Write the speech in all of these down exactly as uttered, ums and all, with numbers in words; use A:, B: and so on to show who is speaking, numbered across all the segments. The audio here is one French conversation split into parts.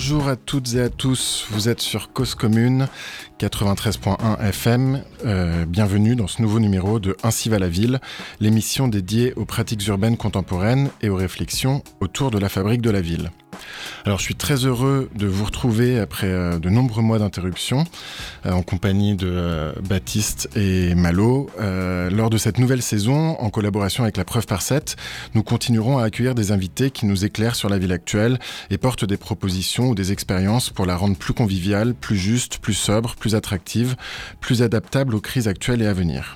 A: Bonjour à toutes et à tous, vous êtes sur Cause Commune quatre-vingt-treize point un F M. Euh, bienvenue dans ce nouveau numéro de Ainsi va la ville, l'émission dédiée aux pratiques urbaines contemporaines et aux réflexions autour de la fabrique de la ville. Alors je suis très heureux de vous retrouver après euh, de nombreux mois d'interruption euh, en compagnie de euh, Baptiste et Malo. Euh, lors de cette nouvelle saison, en collaboration avec la Preuve par sept, nous continuerons à accueillir des invités qui nous éclairent sur la ville actuelle et portent des propositions ou des expériences pour la rendre plus conviviale, plus juste, plus sobre, plus attractive, plus adaptable aux crises actuelles et à venir.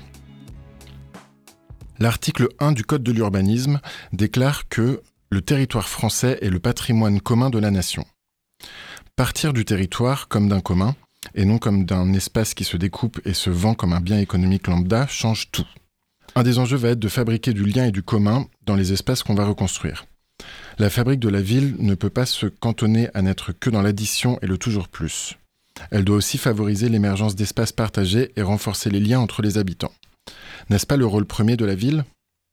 A: L'article un du Code de l'urbanisme déclare que le territoire français est le patrimoine commun de la nation. Partir du territoire comme d'un commun, et non comme d'un espace qui se découpe et se vend comme un bien économique lambda, change tout. Un des enjeux va être de fabriquer du lien et du commun dans les espaces qu'on va reconstruire. La fabrique de la ville ne peut pas se cantonner à n'être que dans l'addition et le toujours plus. Elle doit aussi favoriser l'émergence d'espaces partagés et renforcer les liens entre les habitants. N'est-ce pas le rôle premier de la ville ?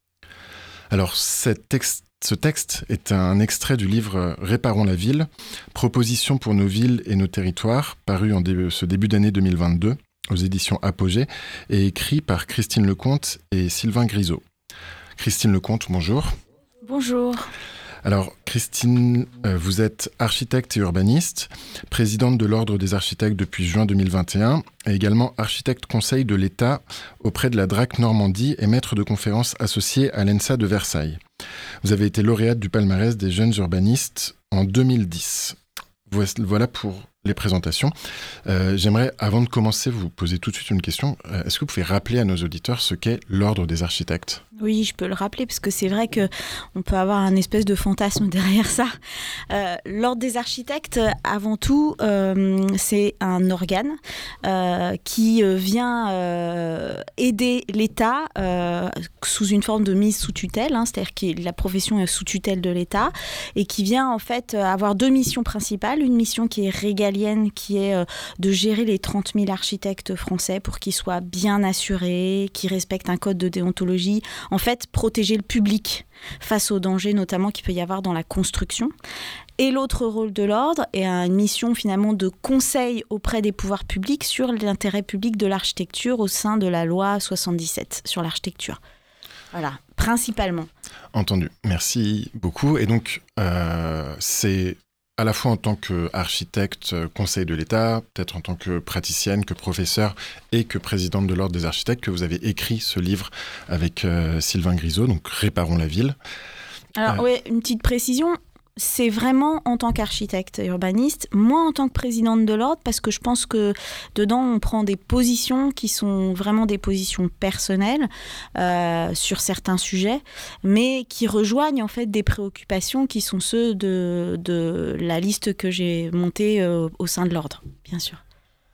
A: Alors, cet texte Ce texte est un extrait du livre « Réparons la ville », proposition pour nos villes et nos territoires, paru en dé- ce début d'année deux mille vingt-deux aux éditions Apogée, et écrit par Christine Lecomte et Sylvain Grisot. Christine Lecomte, bonjour.
B: Bonjour.
A: Alors, Christine, euh, vous êtes architecte et urbaniste, présidente de l'Ordre des architectes depuis juin deux mille vingt et un, et également architecte conseil de l'État auprès de la D R A C Normandie et maître de conférences associé à l'E N S A de Versailles. Vous avez été lauréate du palmarès des jeunes urbanistes en deux mille dix. Voilà pour les présentations. Euh, j'aimerais, avant de commencer, vous poser tout de suite une question. Euh, est-ce que vous pouvez rappeler à nos auditeurs ce qu'est l'Ordre des architectes ?
B: Oui, je peux le rappeler parce que c'est vrai qu'on peut avoir un espèce de fantasme derrière ça. Euh, L'Ordre des architectes, avant tout, euh, c'est un organe euh, qui vient euh, aider l'État euh, sous une forme de mise sous tutelle, hein, c'est-à-dire que la profession est sous tutelle de l'État et qui vient en fait avoir deux missions principales. Une mission qui est régalienne, qui est euh, de gérer les trente mille architectes français pour qu'ils soient bien assurés, qu'ils respectent un code de déontologie. En fait, protéger le public face aux dangers, notamment qu'il peut y avoir dans la construction. Et l'autre rôle de l'ordre est une mission finalement de conseil auprès des pouvoirs publics sur l'intérêt public de l'architecture au sein de la loi soixante-dix-sept sur l'architecture. Voilà, principalement.
A: Entendu, merci beaucoup. Et donc, euh, c'est à la fois en tant qu'architecte, conseil de l'État, peut-être en tant que praticienne, que professeure et que présidente de l'Ordre des architectes, que vous avez écrit ce livre avec euh, Sylvain Grisot, donc « Réparons la ville ».
B: Alors euh... oui, une petite précision. C'est vraiment en tant qu'architecte et urbaniste, moi en tant que présidente de l'ordre, parce que je pense que dedans on prend des positions qui sont vraiment des positions personnelles euh, sur certains sujets, mais qui rejoignent en fait des préoccupations qui sont ceux de, de la liste que j'ai montée euh, au sein de l'ordre, bien sûr.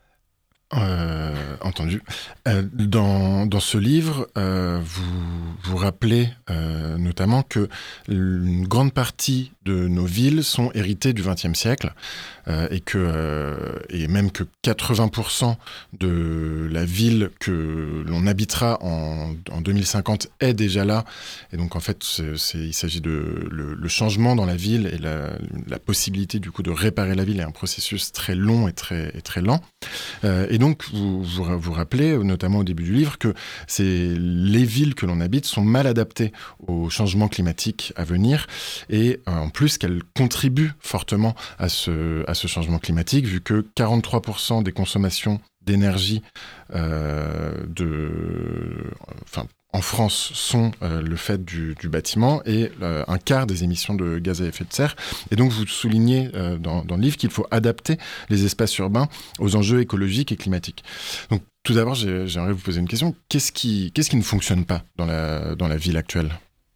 A: Euh, entendu. Euh, dans, dans ce livre, euh, vous vous rappelez euh, notamment que une grande partie de nos villes sont héritées du vingtième siècle euh, et, que, euh, et même que quatre-vingts pour cent de la ville que l'on habitera en, en deux mille cinquante est déjà là. Et donc en fait, c'est, c'est, il s'agit de le, le changement dans la ville et la, la possibilité du coup de réparer la ville est un processus très long et très, et très lent. Euh, et donc vous, vous vous rappelez, notamment au début du livre, que c'est les villes que l'on habite sont mal adaptées au changement climatique à venir et euh, en plus qu'elles contribuent fortement à ce, à ce changement climatique, vu que quarante-trois pour cent des consommations d'énergie euh, de, enfin, en France sont euh, le fait du, du bâtiment et euh, un quart des émissions de gaz à effet de serre. Et donc vous soulignez euh, dans, dans le livre qu'il faut adapter les espaces urbains aux enjeux écologiques et climatiques. Donc tout d'abord, j'ai, j'aimerais vous poser une question. Qu'est-ce qui, qu'est-ce qui ne fonctionne pas dans la, dans la ville actuelle ?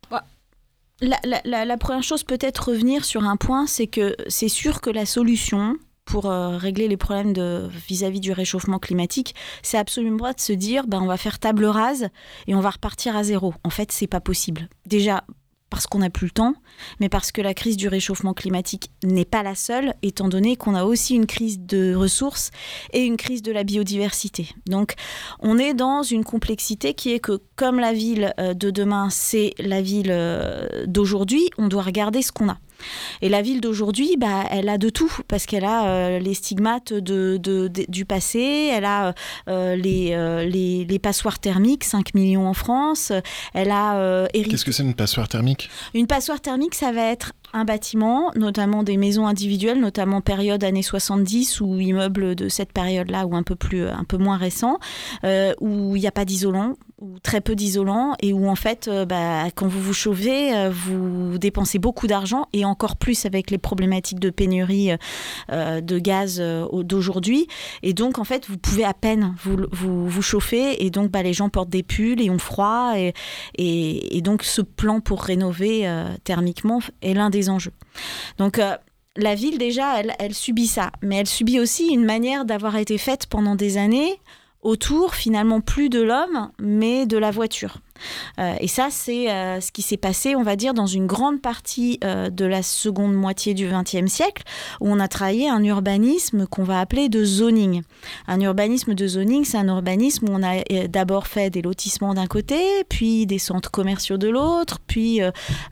B: La, la, la, la première chose, peut-être revenir sur un point, c'est que c'est sûr que la solution pour euh, régler les problèmes de, vis-à-vis du réchauffement climatique, c'est absolument pas de se dire ben, on va faire table rase et on va repartir à zéro. En fait, c'est pas possible. Déjà, parce qu'on n'a plus le temps, mais parce que la crise du réchauffement climatique n'est pas la seule, étant donné qu'on a aussi une crise de ressources et une crise de la biodiversité. Donc, on est dans une complexité qui est que, comme la ville de demain, c'est la ville d'aujourd'hui, on doit regarder ce qu'on a. Et la ville d'aujourd'hui, bah, elle a de tout, parce qu'elle a euh, les stigmates de, de, de, du passé, elle a euh, les, euh, les, les passoires thermiques, cinq millions en France, elle a... Euh, hérité...
A: Qu'est-ce que c'est une passoire thermique ?
B: Une passoire thermique, ça va être un bâtiment, notamment des maisons individuelles, notamment période années soixante-dix ou immeubles de cette période-là ou un peu, plus, un peu moins récents, euh, où il n'y a pas d'isolant, ou très peu d'isolant, et où en fait, euh, bah, quand vous vous chauffez, euh, vous dépensez beaucoup d'argent, et encore plus avec les problématiques de pénurie euh, de gaz euh, d'aujourd'hui. Et donc, en fait, vous pouvez à peine vous, vous, vous chauffer, et donc bah, les gens portent des pulls et ont froid, et, et, et donc ce plan pour rénover euh, thermiquement est l'un des enjeux. Donc, euh, la ville, déjà, elle, elle subit ça, mais elle subit aussi une manière d'avoir été faite pendant des années autour, finalement, plus de l'homme, mais de la voiture. Euh, et ça, c'est euh, ce qui s'est passé, on va dire, dans une grande partie euh, de la seconde moitié du vingtième siècle, où on a travaillé un urbanisme qu'on va appeler de zoning. Un urbanisme de zoning, c'est un urbanisme où on a d'abord fait des lotissements d'un côté, puis des centres commerciaux de l'autre, puis euh,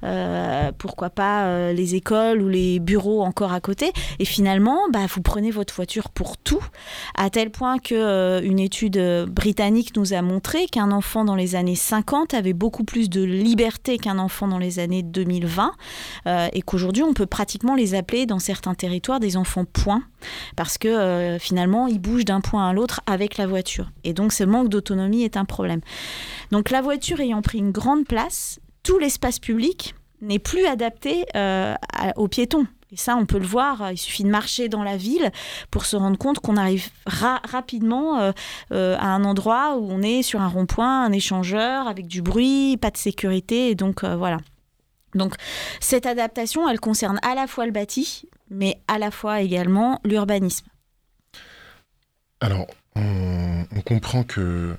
B: euh, pourquoi pas euh, les écoles ou les bureaux encore à côté. Et finalement, bah, vous prenez votre voiture pour tout, à tel point qu'une euh, étude britannique nous a montré qu'un enfant dans les années cinquante avait beaucoup plus de liberté qu'un enfant dans les années deux mille vingt euh, et qu'aujourd'hui on peut pratiquement les appeler dans certains territoires des enfants points parce que euh, finalement ils bougent d'un point à l'autre avec la voiture et donc ce manque d'autonomie est un problème. Donc la voiture ayant pris une grande place, tout l'espace public n'est plus adapté euh, à, aux piétons. Et ça, on peut le voir, il suffit de marcher dans la ville pour se rendre compte qu'on arrive ra- rapidement euh, euh, à un endroit où on est sur un rond-point, un échangeur, avec du bruit, pas de sécurité, et donc euh, voilà. Donc cette adaptation, elle concerne à la fois le bâti, mais à la fois également l'urbanisme.
A: Alors, on, on comprend que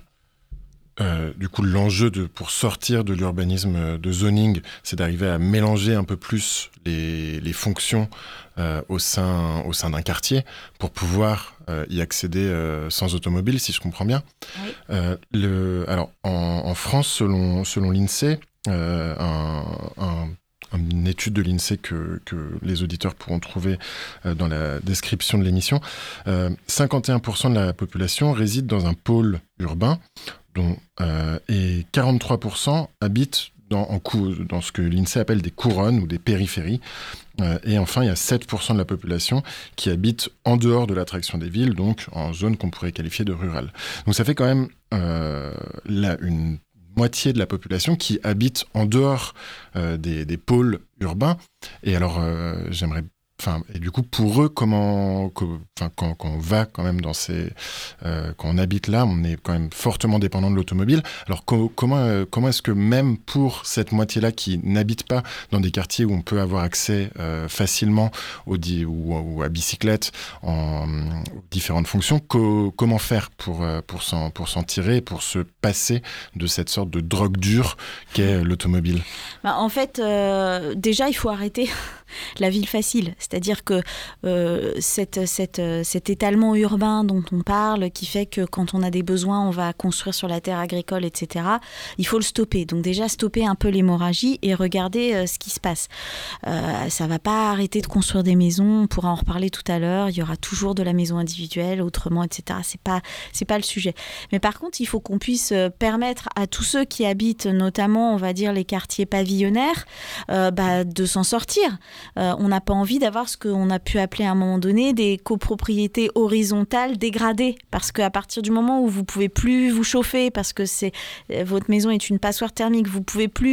A: Euh, du coup, l'enjeu de, pour sortir de l'urbanisme de zoning, c'est d'arriver à mélanger un peu plus les, les fonctions euh, au sein, au sein d'un quartier pour pouvoir euh, y accéder euh, sans automobile, si je comprends bien.
B: Oui.
A: Euh, le, alors, en, en France, selon, selon l'INSEE, euh, un, un une étude de l'INSEE que, que les auditeurs pourront trouver euh, dans la description de l'émission, euh, cinquante et un pour cent de la population réside dans un pôle urbain dont, euh, et quarante-trois pour cent habitent dans, en cou- dans ce que l'INSEE appelle des couronnes ou des périphéries. Euh, et enfin, il y a sept pour cent de la population qui habite en dehors de l'attraction des villes, donc en zone qu'on pourrait qualifier de rurale. Donc ça fait quand même euh, là, une moitié de la population qui habite en dehors euh, des, des pôles urbains. Et alors, euh, j'aimerais... Enfin, et du coup, pour eux, comment, que, enfin, quand, quand on va quand même dans ces, euh, quand on habite là, on est quand même fortement dépendant de l'automobile. Alors co- comment, euh, comment est-ce que même pour cette moitié-là qui n'habite pas dans des quartiers où on peut avoir accès euh, facilement aux di- ou, ou à bicyclette en aux différentes fonctions, co- comment faire pour euh, pour s'en pour s'en tirer, pour se passer de cette sorte de drogue dure qu'est l'automobile?
B: Bah, en fait, euh, déjà, il faut arrêter la ville facile. C'est-à-dire que euh, cette, cette, cet étalement urbain dont on parle, qui fait que quand on a des besoins, on va construire sur la terre agricole, et cetera, il faut le stopper. Donc déjà, stopper un peu l'hémorragie et regarder euh, ce qui se passe. Euh, ça ne va pas arrêter de construire des maisons, on pourra en reparler tout à l'heure, il y aura toujours de la maison individuelle, autrement, et cetera. Ce n'est pas, c'est pas le sujet. Mais par contre, il faut qu'on puisse permettre à tous ceux qui habitent, notamment, on va dire, les quartiers pavillonnaires, euh, bah, de s'en sortir. Euh, on n'a pas envie d'avoir ce qu'on a pu appeler à un moment donné des copropriétés horizontales dégradées, parce qu'à partir du moment où vous pouvez plus vous chauffer, parce que c'est, votre maison est une passoire thermique, vous pouvez plus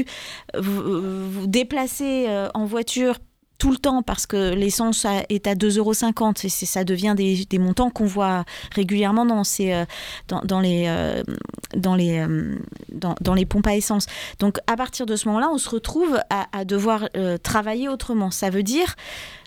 B: vous, vous déplacer en voiture tout le temps parce que l'essence est à deux euros cinquante et c'est, ça devient des, des montants qu'on voit régulièrement dans, ces, dans, dans, les, dans, les, dans, dans les pompes à essence. Donc à partir de ce moment-là, on se retrouve à, à devoir euh, travailler autrement. Ça veut dire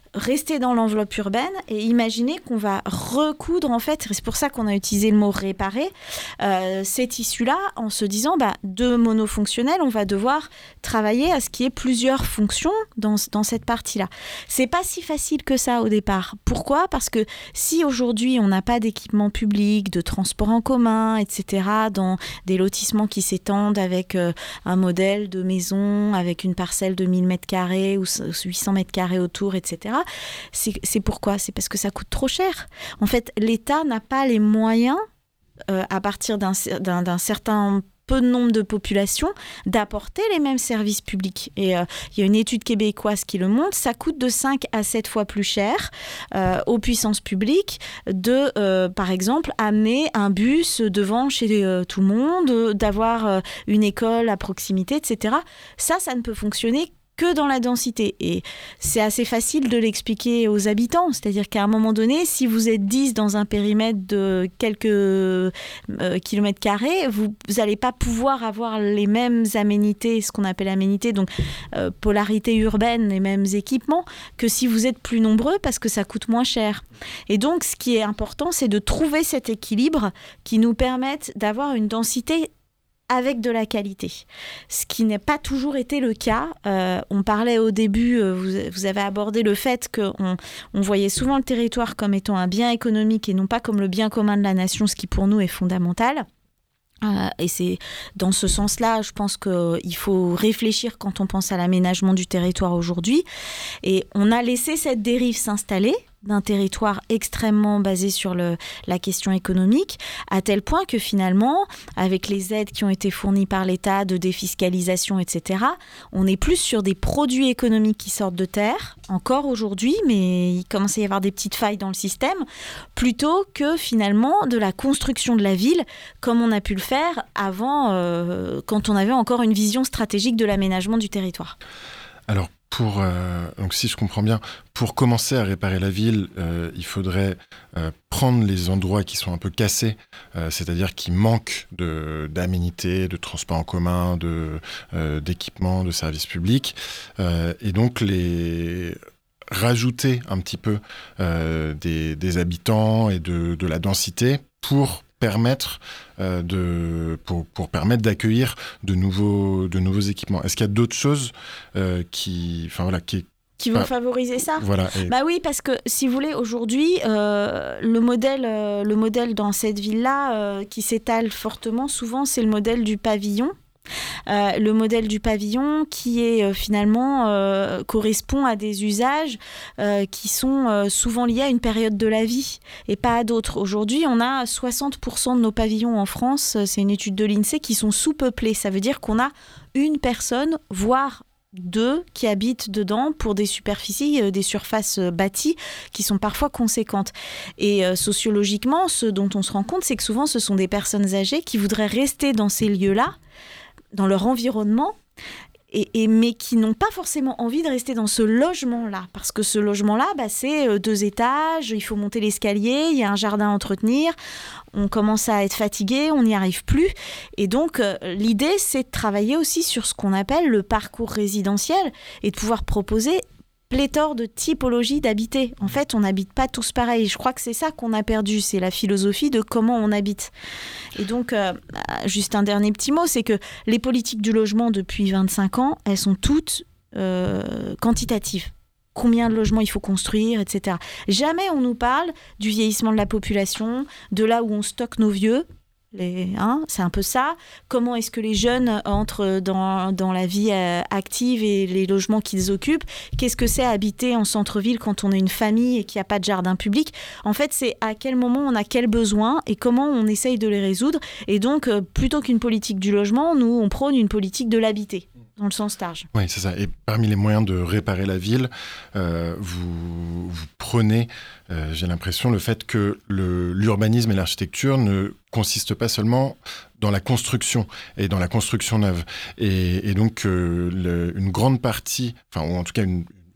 B: rester dans l'enveloppe urbaine et imaginer qu'on va recoudre, en fait, c'est pour ça qu'on a utilisé le mot réparer, euh, ces tissus-là en se disant, bah, de monofonctionnel, on va devoir travailler à ce qu'il y ait plusieurs fonctions dans, dans cette partie-là. C'est pas si facile que ça au départ. Pourquoi ? Parce que si aujourd'hui on n'a pas d'équipement public, de transport en commun, et cetera, dans des lotissements qui s'étendent avec euh, un modèle de maison, avec une parcelle de mille mètres carrés ou huit cents mètres carrés autour, et cetera, c'est, c'est pourquoi ? C'est parce que ça coûte trop cher. En fait, l'État n'a pas les moyens, euh, à partir d'un, d'un, d'un certain peu de nombre de populations, d'apporter les mêmes services publics. Et euh, il y a une étude québécoise qui le montre, ça coûte de cinq à sept fois plus cher euh, aux puissances publiques de, euh, par exemple, amener un bus devant chez euh, tout le monde, d'avoir euh, une école à proximité, et cetera. Ça, ça ne peut fonctionner que dans la densité. Et c'est assez facile de l'expliquer aux habitants. C'est-à-dire qu'à un moment donné, si vous êtes dix dans un périmètre de quelques euh, kilomètres carrés, vous n'allez pas pouvoir avoir les mêmes aménités, ce qu'on appelle aménités, donc euh, polarité urbaine, les mêmes équipements, que si vous êtes plus nombreux parce que ça coûte moins cher. Et donc, ce qui est important, c'est de trouver cet équilibre qui nous permette d'avoir une densité avec de la qualité, ce qui n'a pas toujours été le cas. Euh, on parlait au début, euh, vous, vous avez abordé le fait qu'on on voyait souvent le territoire comme étant un bien économique et non pas comme le bien commun de la nation, ce qui pour nous est fondamental. Euh, et c'est dans ce sens-là, je pense qu'il faut réfléchir quand on pense à l'aménagement du territoire aujourd'hui. Et on a laissé cette dérive s'installer d'un territoire extrêmement basé sur le, la question économique, à tel point que finalement, avec les aides qui ont été fournies par l'État, de défiscalisation, et cetera, on est plus sur des produits économiques qui sortent de terre, encore aujourd'hui, mais il commence à y avoir des petites failles dans le système, plutôt que finalement de la construction de la ville, comme on a pu le faire avant, euh, quand on avait encore une vision stratégique de l'aménagement du territoire.
A: Alors, Pour, euh, donc si je comprends bien, pour commencer à réparer la ville, euh, il faudrait euh, prendre les endroits qui sont un peu cassés, euh, c'est-à-dire qui manquent de, d'aménités, de transports en commun, de, euh, d'équipements, de services publics, euh, et donc les rajouter un petit peu euh, des, des habitants et de, de la densité pour permettre euh, de pour pour permettre d'accueillir de nouveaux de nouveaux équipements. Est-ce qu'il y a d'autres choses euh, qui enfin voilà qui
B: qui vont
A: ah,
B: favoriser ça.
A: Voilà. Et...
B: Bah oui, parce que si vous voulez, aujourd'hui, euh, le modèle euh, le modèle dans cette ville-là euh, qui s'étale fortement, souvent, c'est le modèle du pavillon. Euh, le modèle du pavillon qui est euh, finalement euh, correspond à des usages euh, qui sont euh, souvent liés à une période de la vie et pas à d'autres. Aujourd'hui, on a soixante pour cent de nos pavillons en France, c'est une étude de l'INSEE, qui sont sous-peuplés. Ça veut dire qu'on a une personne, voire deux, qui habitent dedans pour des superficies, euh, des surfaces euh, bâties qui sont parfois conséquentes. Et euh, sociologiquement, ce dont on se rend compte, c'est que souvent, ce sont des personnes âgées qui voudraient rester dans ces lieux-là, dans leur environnement, et, et, mais qui n'ont pas forcément envie de rester dans ce logement-là. Parce que ce logement-là, bah, c'est deux étages, il faut monter l'escalier, il y a un jardin à entretenir, on commence à être fatigué, on n'y arrive plus. Et donc, euh, l'idée, c'est de travailler aussi sur ce qu'on appelle le parcours résidentiel et de pouvoir proposer pléthore de typologies d'habiter. En fait, on n'habite pas tous pareil. Je crois que c'est ça qu'on a perdu, c'est la philosophie de comment on habite. Et donc, euh, juste un dernier petit mot, c'est que les politiques du logement depuis vingt-cinq ans, elles sont toutes euh, quantitatives. Combien de logements il faut construire, et cetera. Jamais on nous parle du vieillissement de la population, de là où on stocke nos vieux. Les, hein, c'est un peu ça. Comment est-ce que les jeunes entrent dans, dans la vie euh, active et les logements qu'ils occupent? Qu'est-ce que c'est habiter en centre-ville quand on est une famille et qu'il n'y a pas de jardin public? En fait, c'est à quel moment on a quels besoins et comment on essaye de les résoudre. Et donc, euh, plutôt qu'une politique du logement, nous, on prône une politique de l'habiter, dans le sens large.
A: Oui, c'est ça. Et parmi les moyens de réparer la ville, euh, vous, vous prenez, euh, j'ai l'impression, le fait que le, l'urbanisme et l'architecture ne consistent pas seulement dans la construction et dans la construction neuve. Et, et donc, euh, le, une grande partie, enfin, ou en tout cas une,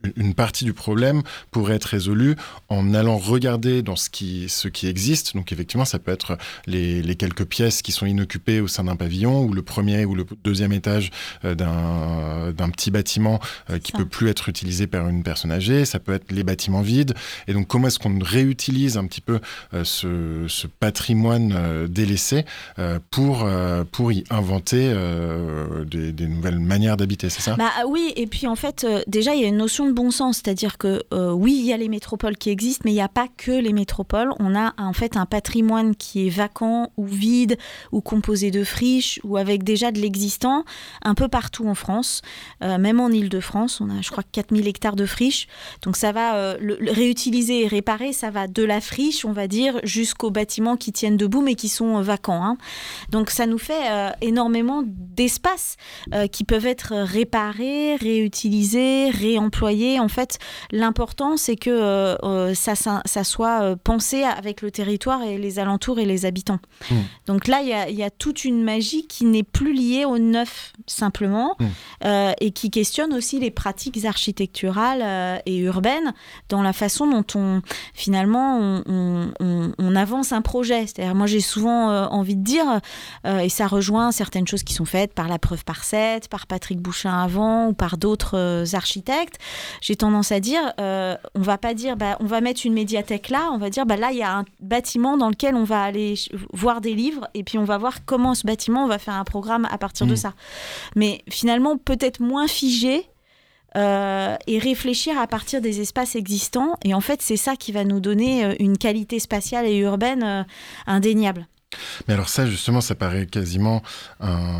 A: une partie du problème pourrait être résolue en allant regarder dans ce qui, ce qui existe. Donc effectivement, ça peut être les, les quelques pièces qui sont inoccupées au sein d'un pavillon, ou le premier ou le deuxième étage euh, d'un, d'un petit bâtiment euh, qui ne peut plus être utilisé par une personne âgée. Ça peut être les bâtiments vides. Et donc comment est-ce qu'on réutilise un petit peu euh, ce, ce patrimoine euh, délaissé euh, pour, euh, pour y inventer euh, des, des nouvelles manières d'habiter, c'est ça ?
B: Bah oui, et puis en fait, euh, déjà il y a une notion de bon sens, c'est-à-dire que euh, oui, il y a les métropoles qui existent, mais il n'y a pas que les métropoles. On a en fait un patrimoine qui est vacant ou vide, ou composé de friches, ou avec déjà de l'existant, un peu partout en France, euh, même en Île-de-France, on a je crois quatre mille hectares de friches, donc ça va euh, le, le réutiliser et réparer, ça va de la friche, on va dire, jusqu'aux bâtiments qui tiennent debout, mais qui sont euh, vacants. Hein. Donc ça nous fait euh, énormément d'espaces euh, qui peuvent être réparés, réutilisés, réemployés. En fait, l'important, c'est que euh, euh, ça, ça, ça soit euh, pensé avec le territoire et les alentours et les habitants. Mmh. Donc là, il y a, y a toute une magie qui n'est plus liée au neuf, simplement, mmh. euh, et qui questionne aussi les pratiques architecturales euh, et urbaines dans la façon dont on, finalement, on, on, on, on avance un projet. C'est-à-dire, moi, j'ai souvent euh, envie de dire, euh, et ça rejoint certaines choses qui sont faites par la Preuve par sept, par Patrick Bouchin avant, ou par d'autres euh, architectes, j'ai tendance à dire, euh, on va pas dire, bah, on va mettre une médiathèque là, on va dire, bah, là, il y a un bâtiment dans lequel on va aller voir des livres, et puis on va voir comment ce bâtiment, on va faire un programme à partir mmh. de ça. Mais finalement, peut-être moins figé, Euh, et réfléchir à partir des espaces existants. Et en fait, c'est ça qui va nous donner une qualité spatiale et urbaine euh, indéniable.
A: Mais alors ça, justement, ça paraît quasiment un,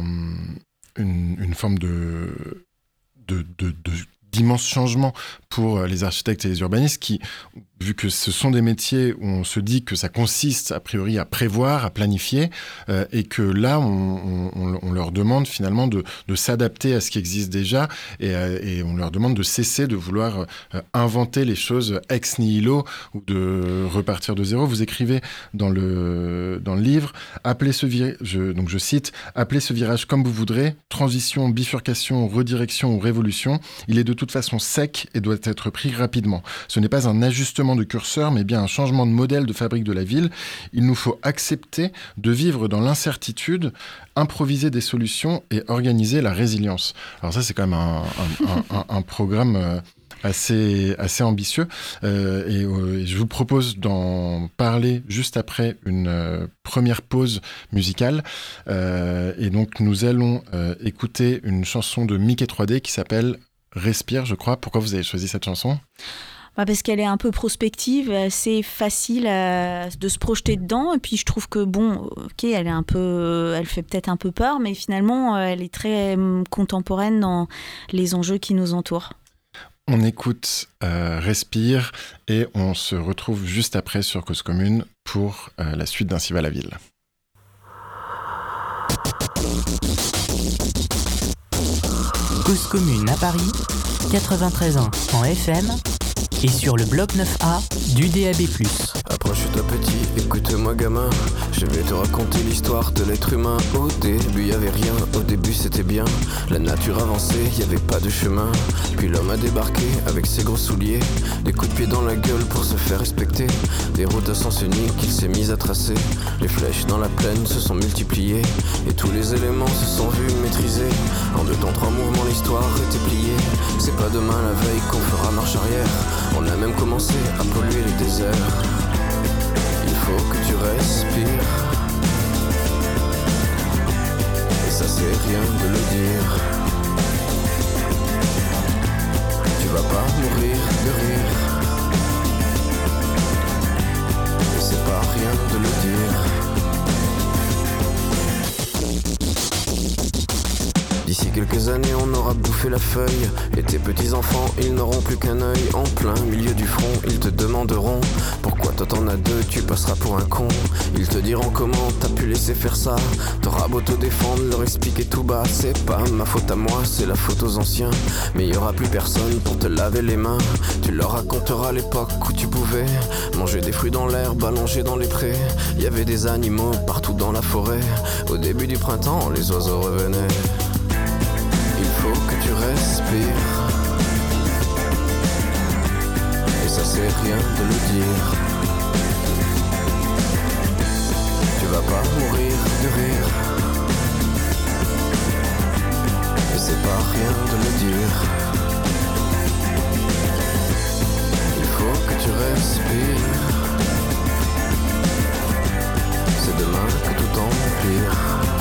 A: une, une forme de, de, de, de d'immenses changements pour les architectes et les urbanistes qui, vu que ce sont des métiers où on se dit que ça consiste a priori à prévoir, à planifier, euh, et que là, on, on, on leur demande finalement de, de s'adapter à ce qui existe déjà, et, et on leur demande de cesser de vouloir euh, inventer les choses ex nihilo ou de repartir de zéro. Vous écrivez dans le, dans le livre, appelez ce virage, je, donc je cite, appelez ce virage comme vous voudrez, transition, bifurcation, redirection ou révolution, il est de toute façon sec et doit être pris rapidement. Ce n'est pas un ajustement de curseur, mais bien un changement de modèle de fabrique de la ville. Il nous faut accepter de vivre dans l'incertitude, improviser des solutions et organiser la résilience. Alors ça, c'est quand même un, un, un, un programme euh, assez, assez ambitieux. Euh, et, euh, et je vous propose d'en parler juste après une euh, première pause musicale. Euh, et donc, nous allons euh, écouter une chanson de Mickey trois D qui s'appelle Respire, je crois. Pourquoi vous avez choisi cette chanson ?
B: Bah parce qu'elle est un peu prospective, c'est facile euh, de se projeter dedans. Et puis je trouve que bon, ok, elle est un peu, elle fait peut-être un peu peur, mais finalement, elle est très euh, contemporaine dans les enjeux qui nous entourent.
A: On écoute euh, Respire et on se retrouve juste après sur Cause Commune pour euh, la suite d'Ainsi va la ville.
C: Cause Commune à Paris, quatre-vingt-treize ans en F M et sur le bloc neuf A du D A B plus.
D: Approche-toi petit, écoute-moi gamin, je vais te raconter l'histoire de l'être humain. Au début y'avait rien, au début c'était bien, la nature avançait, y'avait pas de chemin. Puis l'homme a débarqué avec ses gros souliers, des coups de pied dans la gueule pour se faire respecter, des routes à sens unique qu'il s'est mis à tracer. Les flèches dans la plaine se sont multipliées, et tous les éléments se sont vus maîtrisés. En deux temps, trois mouvements, l'histoire était pliée. C'est pas demain la veille qu'on fera marche arrière, on a même commencé à polluer les déserts. Il faut que tu respires, et ça c'est rien de le dire. Tu vas pas mourir de rire, et c'est pas rien de le dire. D'ici quelques années on aura bouffé la feuille, et tes petits-enfants ils n'auront plus qu'un œil. En plein milieu du front ils te demanderont pourquoi toi t'en as deux, tu passeras pour un con. Ils te diront comment t'as pu laisser faire ça, t'auras beau te défendre, leur expliquer tout bas. C'est pas ma faute à moi, c'est la faute aux anciens, mais y aura plus personne pour te laver les mains. Tu leur raconteras l'époque où tu pouvais manger des fruits dans l'herbe, allongés dans les prés. Y avait des animaux partout dans la forêt, au début du printemps les oiseaux revenaient. Il faut que tu respires, ça c'est rien de le dire. Tu vas pas mourir de rire, et c'est pas rien de le dire. Il faut que tu respires, c'est demain que tout empire.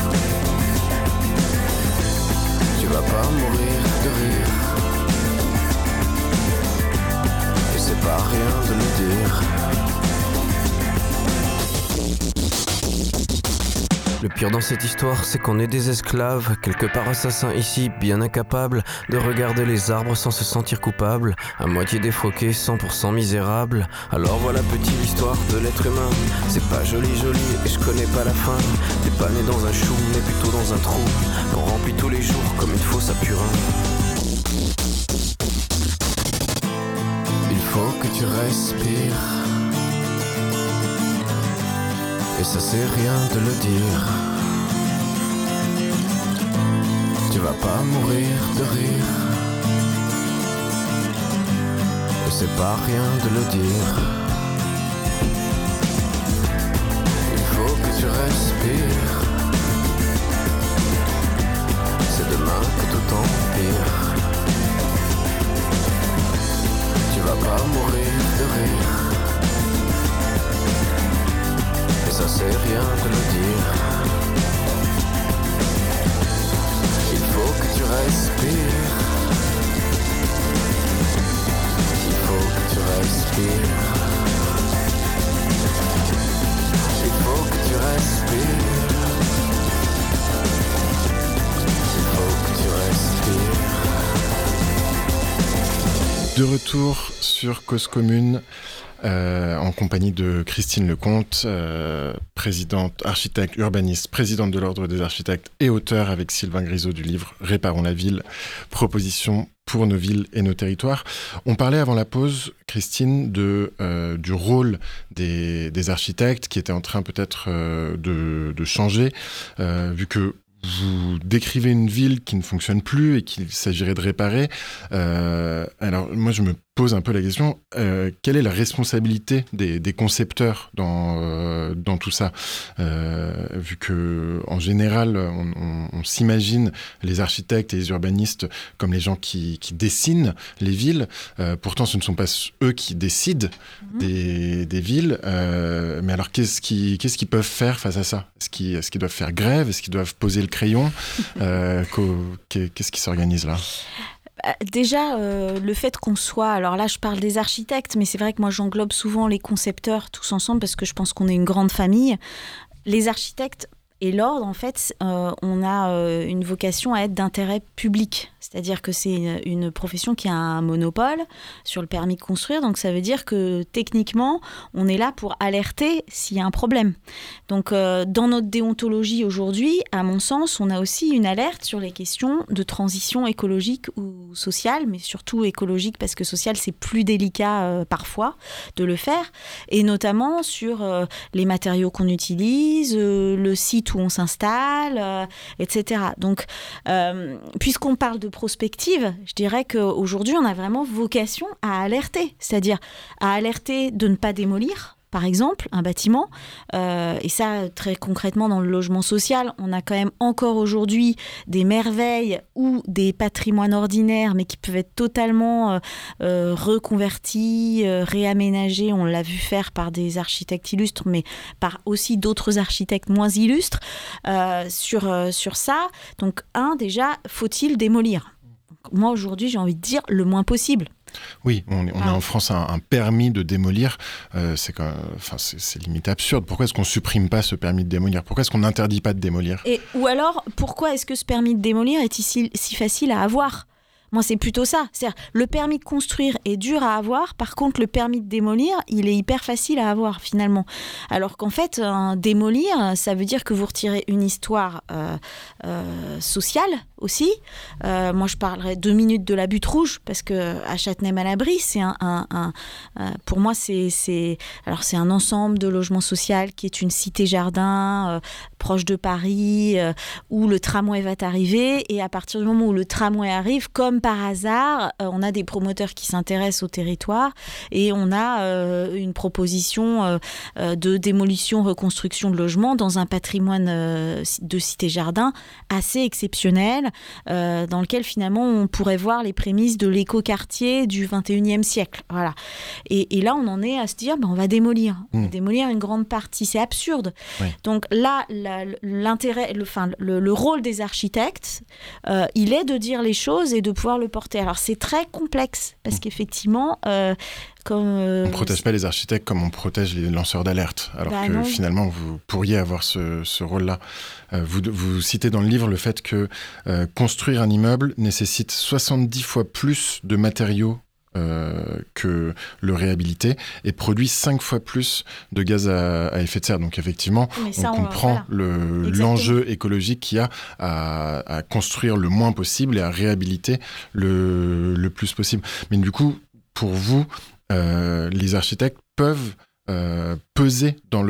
D: Tu vas pas mourir de rire, et c'est pas rien de le dire. Le pire dans cette histoire, c'est qu'on est des esclaves, quelque part assassins ici, bien incapables de regarder les arbres sans se sentir coupables, à moitié défroqués, cent pour cent misérables. Alors voilà petite l'histoire de l'être humain, c'est pas joli joli et je connais pas la fin. T'es pas né dans un chou, mais plutôt dans un trou, qu'on remplit tous les jours comme une fosse à purin. Il faut que tu respires, et ça c'est rien de le dire. Tu vas pas mourir de rire, et c'est pas rien de le dire. Il faut que tu respires, c'est demain que tout empire. Tu vas pas mourir de rire, ça c'est rien de le dire. Il faut que tu respires, il faut que tu respires, il faut que tu respires, il faut que tu respires.
A: De retour sur Cause Commune, Euh, en compagnie de Christine Lecomte, euh, présidente, architecte, urbaniste, présidente de l'Ordre des architectes et auteure avec Sylvain Grisot du livre « Réparons la ville, propositions pour nos villes et nos territoires ». On parlait avant la pause, Christine, de, euh, du rôle des, des architectes qui était en train peut-être euh, de, de changer, euh, vu que vous décrivez une ville qui ne fonctionne plus et qu'il s'agirait de réparer. Euh, alors moi je me pose un peu la question, euh, quelle est la responsabilité des, des concepteurs dans, euh, dans tout ça, euh, vu que en général on, on, on s'imagine les architectes et les urbanistes comme les gens qui, qui dessinent les villes, euh, pourtant ce ne sont pas eux qui décident mmh. des, des villes, euh, mais alors qu'est-ce qu'ils, qu'est-ce qu'ils peuvent faire face à ça ? Est-ce qu'ils, est-ce qu'ils doivent faire grève ? Est-ce qu'ils doivent poser le crayon ? euh, Qu'est-ce qui s'organise là ?
B: Déjà, euh, le fait qu'on soit... Alors là, je parle des architectes, mais c'est vrai que moi, j'englobe souvent les concepteurs tous ensemble parce que je pense qu'on est une grande famille. Les architectes et l'ordre, en fait, euh, on a euh, une vocation à être d'intérêt public. C'est-à-dire que c'est une, une profession qui a un monopole sur le permis de construire. Donc, ça veut dire que techniquement, on est là pour alerter s'il y a un problème. Donc, euh, dans notre déontologie aujourd'hui, à mon sens, on a aussi une alerte sur les questions de transition écologique ou sociale, mais surtout écologique parce que sociale, c'est plus délicat euh, parfois de le faire. Et notamment sur euh, les matériaux qu'on utilise, euh, le site où on s'installe, euh, et cetera. Donc, euh, puisqu'on parle de prospective, je dirais qu'aujourd'hui, on a vraiment vocation à alerter, c'est-à-dire à alerter de ne pas démolir, par exemple, un bâtiment. Euh, et ça, très concrètement, dans le logement social, on a quand même encore aujourd'hui des merveilles ou des patrimoines ordinaires, mais qui peuvent être totalement euh, euh, reconvertis, euh, réaménagés. On l'a vu faire par des architectes illustres, mais par aussi d'autres architectes moins illustres euh, sur, euh, sur ça. Donc, un, déjà, faut-il démolir ? Donc, moi, aujourd'hui, j'ai envie de dire le moins possible.
A: Oui, on, on ah. a en France un, un permis de démolir, euh, c'est, quand, enfin, c'est, c'est limite absurde. Pourquoi est-ce qu'on ne supprime pas ce permis de démolir ? Pourquoi est-ce qu'on n'interdit pas de démolir ?
B: Et, ou alors, pourquoi est-ce que ce permis de démolir est si, si facile à avoir ? Moi, c'est plutôt ça. C'est-à-dire, le permis de construire est dur à avoir. Par contre, le permis de démolir, il est hyper facile à avoir, finalement. Alors qu'en fait, un démolir, ça veut dire que vous retirez une histoire euh, euh, sociale aussi. Euh, moi, je parlerai deux minutes de la Butte Rouge, parce qu'à Châtenay-Malabry, c'est un, un, un, un, pour moi, c'est, c'est, alors c'est un ensemble de logements sociaux qui est une cité-jardin euh, proche de Paris, euh, où le tramway va arriver. Et à partir du moment où le tramway arrive, comme par hasard, euh, on a des promoteurs qui s'intéressent au territoire et on a euh, une proposition euh, euh, de démolition, reconstruction de logements dans un patrimoine euh, de cité-jardin assez exceptionnel, euh, dans lequel finalement on pourrait voir les prémices de l'écoquartier du vingt et unième siècle. Voilà. Et, et là, on en est à se dire, ben, on va démolir. On va mmh. démolir une grande partie. C'est absurde. Oui. Donc là, la, l'intérêt, le, enfin, le, le rôle des architectes, euh, il est de dire les choses et de pouvoir le porter. Alors, c'est très complexe parce mmh. qu'effectivement... Euh, Comme, euh,
A: on ne protège pas les architectes comme on protège les lanceurs d'alerte, alors bah que non. finalement vous pourriez avoir ce, ce rôle-là. Euh, vous, vous citez dans le livre le fait que euh, construire un immeuble nécessite soixante-dix fois plus de matériaux euh, que le réhabiliter et produit cinq fois plus de gaz à, à effet de serre. Donc effectivement, ça, on, on comprend voilà. le, l'enjeu écologique qu'il y a à, à construire le moins possible et à réhabiliter le, le plus possible. Mais du coup, pour vous, Euh, les architectes peuvent euh, peser dans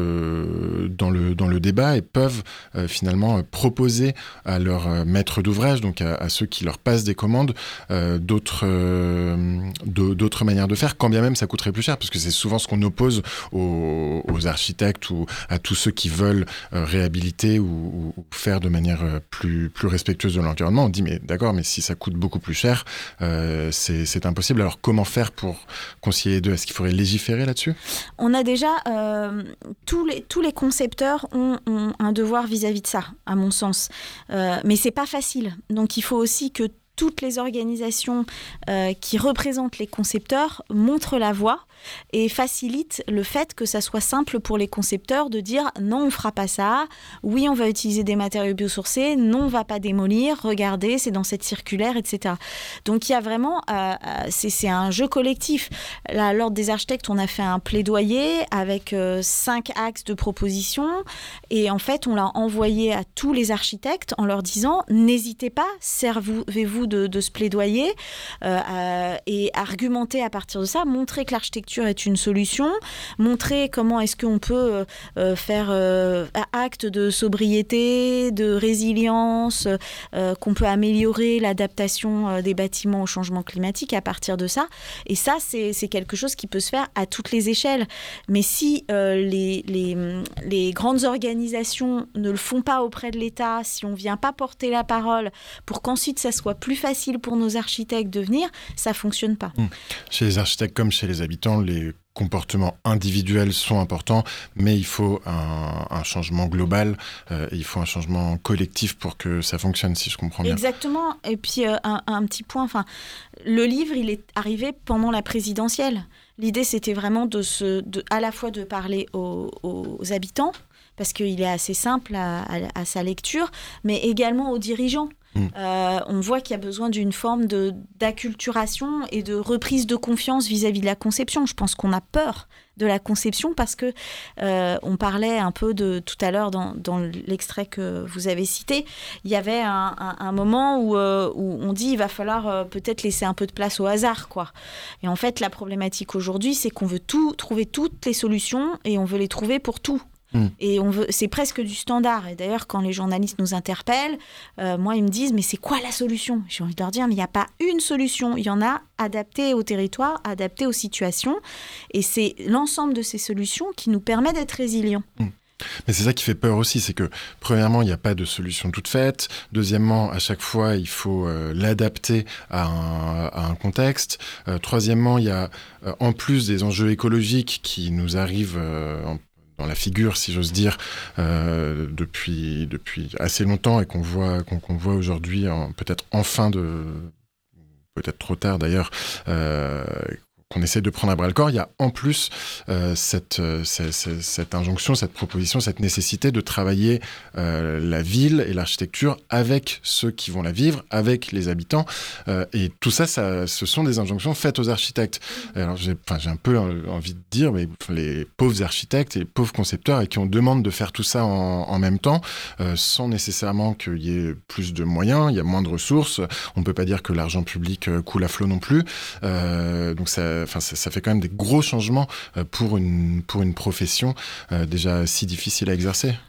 A: le, dans, le, dans le débat et peuvent euh, finalement euh, proposer à leurs euh, maîtres d'ouvrage, donc à, à ceux qui leur passent des commandes, euh, d'autres, euh, de, d'autres manières de faire, quand bien même ça coûterait plus cher, parce que c'est souvent ce qu'on oppose aux, aux architectes ou à tous ceux qui veulent euh, réhabiliter ou, ou faire de manière plus, plus respectueuse de l'environnement. On dit, mais d'accord, mais si ça coûte beaucoup plus cher, euh, c'est, c'est impossible. Alors comment faire pour concilier les deux ? Est-ce qu'il faudrait légiférer là-dessus ?
B: On a déjà, euh, tous, les, tous les concepteurs ont, ont un devoir vis-à-vis de ça, à mon sens. Euh, mais c'est pas facile. Donc il faut aussi que toutes les organisations euh, qui représentent les concepteurs montrent la voie et facilitent le fait que ça soit simple pour les concepteurs de dire non, on ne fera pas ça, oui, on va utiliser des matériaux biosourcés, non, on ne va pas démolir, regardez, c'est dans cette circulaire, et cetera. Donc il y a vraiment, euh, c'est, c'est un jeu collectif. Là, à l'Ordre des architectes, on a fait un plaidoyer avec euh, cinq axes de propositions et en fait, on l'a envoyé à tous les architectes en leur disant n'hésitez pas, servez-vous De, de ce plaidoyer euh, euh, et argumenter à partir de ça, montrer que l'architecture est une solution, montrer comment est-ce qu'on peut euh, faire euh, acte de sobriété, de résilience, euh, qu'on peut améliorer l'adaptation euh, des bâtiments au changement climatique à partir de ça. Et ça, c'est, c'est quelque chose qui peut se faire à toutes les échelles. Mais si euh, les, les, les grandes organisations ne le font pas auprès de l'État, si on ne vient pas porter la parole pour qu'ensuite ça soit plus facile pour nos architectes de venir, ça ne fonctionne pas. Mmh.
A: Chez les architectes comme chez les habitants, les comportements individuels sont importants, mais il faut un, un changement global, euh, il faut un changement collectif pour que ça fonctionne, si je comprends bien.
B: Exactement. Et puis, euh, un, un petit point, enfin, le livre, il est arrivé pendant la présidentielle. L'idée, c'était vraiment de se, de, à la fois de parler aux, aux habitants, parce qu'il est assez simple à, à, à sa lecture, mais également aux dirigeants. Mmh. Euh, on voit qu'il y a besoin d'une forme de, d'acculturation et de reprise de confiance vis-à-vis de la conception. Je pense qu'on a peur de la conception parce que euh, on parlait un peu de tout à l'heure dans, dans l'extrait que vous avez cité. Il y avait un, un, un moment où, euh, où on dit il va falloir euh, peut-être laisser un peu de place au hasard, quoi. Et en fait, la problématique aujourd'hui, c'est qu'on veut tout, trouver toutes les solutions et on veut les trouver pour tout. Mmh. Et on veut, c'est presque du standard. Et d'ailleurs, quand les journalistes nous interpellent, euh, moi, ils me disent « mais c'est quoi la solution ?» J'ai envie de leur dire « mais il n'y a pas une solution. Il y en a adaptées au territoire, adaptées aux situations. Et c'est l'ensemble de ces solutions qui nous permet d'être résilients. Mmh. »
A: Mais c'est ça qui fait peur aussi, c'est que premièrement, il n'y a pas de solution toute faite. Deuxièmement, à chaque fois, il faut euh, l'adapter à un, à un contexte. Euh, troisièmement, il y a euh, en plus des enjeux écologiques qui nous arrivent euh, en dans la figure, si j'ose dire, euh, depuis, depuis assez longtemps et qu'on voit, qu'on, qu'on voit aujourd'hui, en, peut-être en fin de... peut-être trop tard d'ailleurs, euh, qu'on essaie de prendre à bras-le-corps, il y a en plus euh, cette, euh, cette, cette injonction, cette proposition, cette nécessité de travailler euh, la ville et l'architecture avec ceux qui vont la vivre, avec les habitants. Euh, et tout ça, ça, ce sont des injonctions faites aux architectes. Alors j'ai, enfin, j'ai un peu envie de dire, mais les pauvres architectes et les pauvres concepteurs à qui on demande de faire tout ça en, en même temps, euh, sans nécessairement qu'il y ait plus de moyens, il y a moins de ressources. On ne peut pas dire que l'argent public coule à flot non plus. Euh, donc ça Enfin, ça, ça fait quand même des gros changements pour une, pour une profession euh, déjà si difficile à exercer.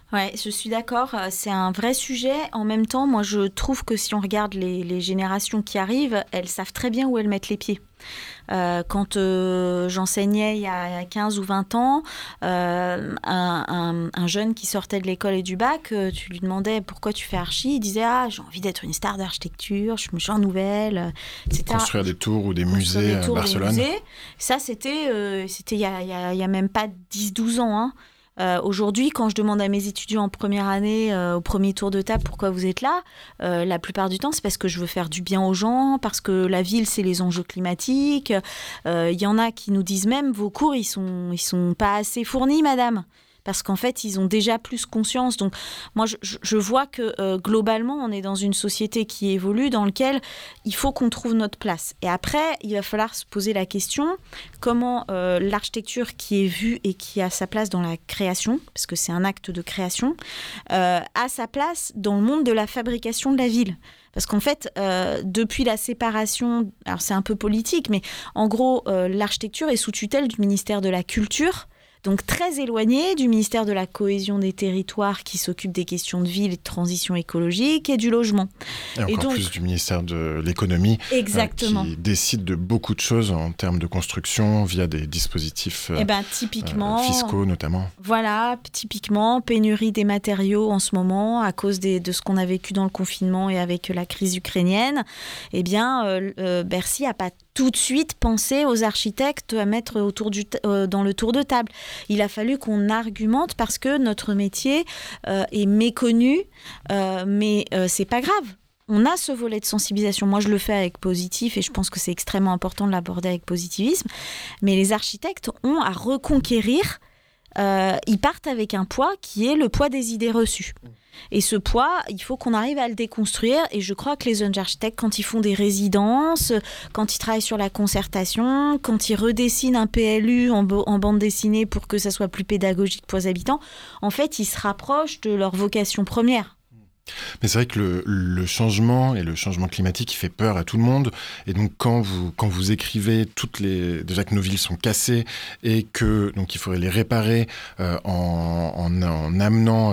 B: Ouais, je suis d'accord, c'est un vrai sujet. En même temps, moi, je trouve que si on regarde les, les générations qui arrivent, elles savent très bien où elles mettent les pieds. Euh, quand euh, j'enseignais il y a quinze ou vingt ans, euh, un, un, un jeune qui sortait de l'école et du bac, euh, tu lui demandais pourquoi tu fais archi, il disait « Ah, j'ai envie d'être une star d'architecture, je me sens nouvelle, et cetera »
A: Construire des tours ou des musées
B: des tours,
A: à Barcelone.
B: Des musées. Ça, c'était, euh, c'était il y a, il y a, il y a même pas dix douze ans, hein. Euh, aujourd'hui, quand je demande à mes étudiants en première année, euh, au premier tour de table, pourquoi vous êtes là, euh, la plupart du temps, c'est parce que je veux faire du bien aux gens, parce que la ville, c'est les enjeux climatiques. Il euh, y en a qui nous disent même, vos cours, ils sont, ils sont pas assez fournis, madame. Parce qu'en fait, ils ont déjà plus conscience. Donc, moi, je, je vois que euh, globalement, on est dans une société qui évolue, dans laquelle il faut qu'on trouve notre place. Et après, il va falloir se poser la question, comment euh, l'architecture qui est vue et qui a sa place dans la création, parce que c'est un acte de création, euh, a sa place dans le monde de la fabrication de la ville. Parce qu'en fait, euh, depuis la séparation, alors c'est un peu politique, mais en gros, euh, l'architecture est sous tutelle du ministère de la Culture, donc très éloigné du ministère de la Cohésion des Territoires qui s'occupe des questions de ville et de transition écologique et du logement.
A: Et encore et donc, plus du ministère de l'Économie
B: exactement.
A: Euh, qui décide de beaucoup de choses en termes de construction via des dispositifs euh,
B: eh ben, typiquement,
A: euh, fiscaux notamment.
B: Voilà, typiquement, pénurie des matériaux en ce moment à cause des, de ce qu'on a vécu dans le confinement et avec la crise ukrainienne. Eh bien, euh, euh, Bercy n'a pas tout de suite pensé aux architectes à mettre autour du t- euh, dans le tour de table. Il a fallu qu'on argumente parce que notre métier euh, est méconnu, euh, mais euh, c'est pas grave. On a ce volet de sensibilisation. Moi, je le fais avec positif et je pense que c'est extrêmement important de l'aborder avec positivisme. Mais les architectes ont à reconquérir. Euh, ils partent avec un poids qui est le poids des idées reçues. Et ce poids, il faut qu'on arrive à le déconstruire. Et je crois que les jeunes architectes, quand ils font des résidences, quand ils travaillent sur la concertation, quand ils redessinent un P L U en, bo- en bande dessinée pour que ça soit plus pédagogique pour les habitants, en fait, ils se rapprochent de leur vocation première.
A: Mais c'est vrai que le, le changement et le changement climatique, il fait peur à tout le monde. Et donc, quand vous, quand vous écrivez toutes les... Déjà que nos villes sont cassées et que donc il faudrait les réparer euh, en, en, en amenant...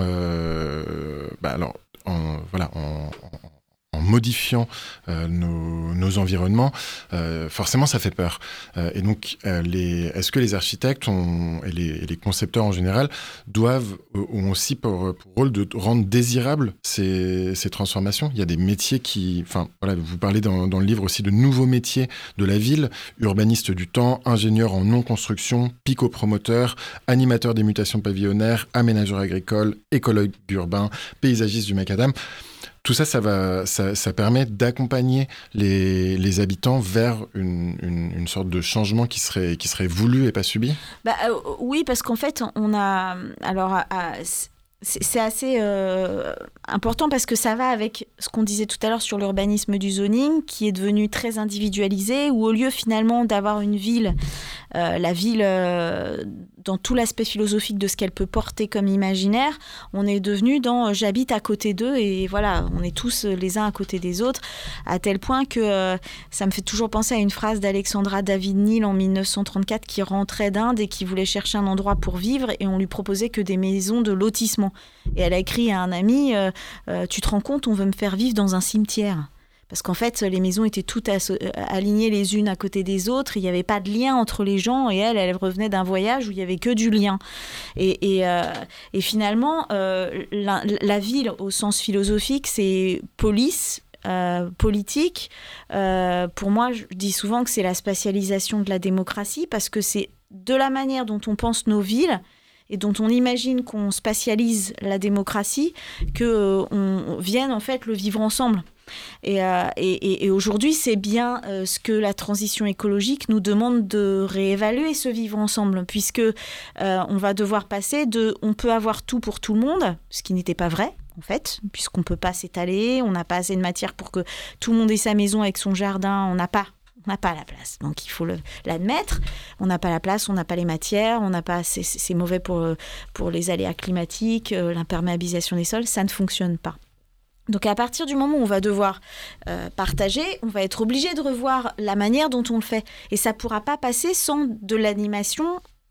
A: Euh, bah alors, en, voilà, en... en en modifiant euh, nos, nos environnements, euh, forcément ça fait peur. Euh, et donc, euh, les, est-ce que les architectes ont, et, les, et les concepteurs en général doivent, euh, ont aussi pour, pour rôle de rendre désirables ces, ces transformations ? Il y a des métiers qui... Enfin, voilà, vous parlez dans, dans le livre aussi de nouveaux métiers de la ville, urbaniste du temps, ingénieur en non-construction, pico-promoteur, animateur des mutations pavillonnaires, aménageur agricole, écologue urbain, paysagiste du macadam. Tout ça, ça, va, ça, ça permet d'accompagner les, les habitants vers une, une, une sorte de changement qui serait, qui serait voulu et pas subi ?
B: Bah, euh, oui, parce qu'en fait, on a... Alors, à, à, c'est, c'est assez euh, important parce que ça va avec ce qu'on disait tout à l'heure sur l'urbanisme du zoning, qui est devenu très individualisé, où au lieu finalement d'avoir une ville, euh, la ville... Euh, dans tout l'aspect philosophique de ce qu'elle peut porter comme imaginaire, on est devenu dans euh, j'habite à côté d'eux et voilà, on est tous les uns à côté des autres, à tel point que euh, ça me fait toujours penser à une phrase d'Alexandra David-Néel en dix-neuf cent trente-quatre qui rentrait d'Inde et qui voulait chercher un endroit pour vivre et on lui proposait que des maisons de lotissement. Et elle a écrit à un ami euh, euh, « Tu te rends compte, on veut me faire vivre dans un cimetière ». Parce qu'en fait, les maisons étaient toutes asso- alignées les unes à côté des autres. Il n'y avait pas de lien entre les gens. Et elle, elle revenait d'un voyage où il n'y avait que du lien. Et, et, euh, et finalement, euh, la, la ville, au sens philosophique, c'est police, euh, politique. Euh, pour moi, je dis souvent que c'est la spatialisation de la démocratie parce que c'est de la manière dont on pense nos villes et dont on imagine qu'on spatialise la démocratie qu'on euh, vienne en fait le vivre ensemble. Et, euh, et, et aujourd'hui, c'est bien euh, ce que la transition écologique nous demande de réévaluer ce vivre ensemble, puisque euh, on va devoir passer de « on peut avoir tout pour tout le monde », ce qui n'était pas vrai, en fait, puisqu'on ne peut pas s'étaler, on n'a pas assez de matière pour que tout le monde ait sa maison avec son jardin, on n'a pas. On n'a pas la place, donc il faut le, l'admettre. On n'a pas la place, on n'a pas les matières, on n'a pas, c'est, c'est mauvais pour, pour les aléas climatiques, euh, l'imperméabilisation des sols, ça ne fonctionne pas. Donc à partir du moment où on va devoir euh, partager, on va être obligé de revoir la manière dont on le fait. Et ça ne pourra pas passer sans de l'animation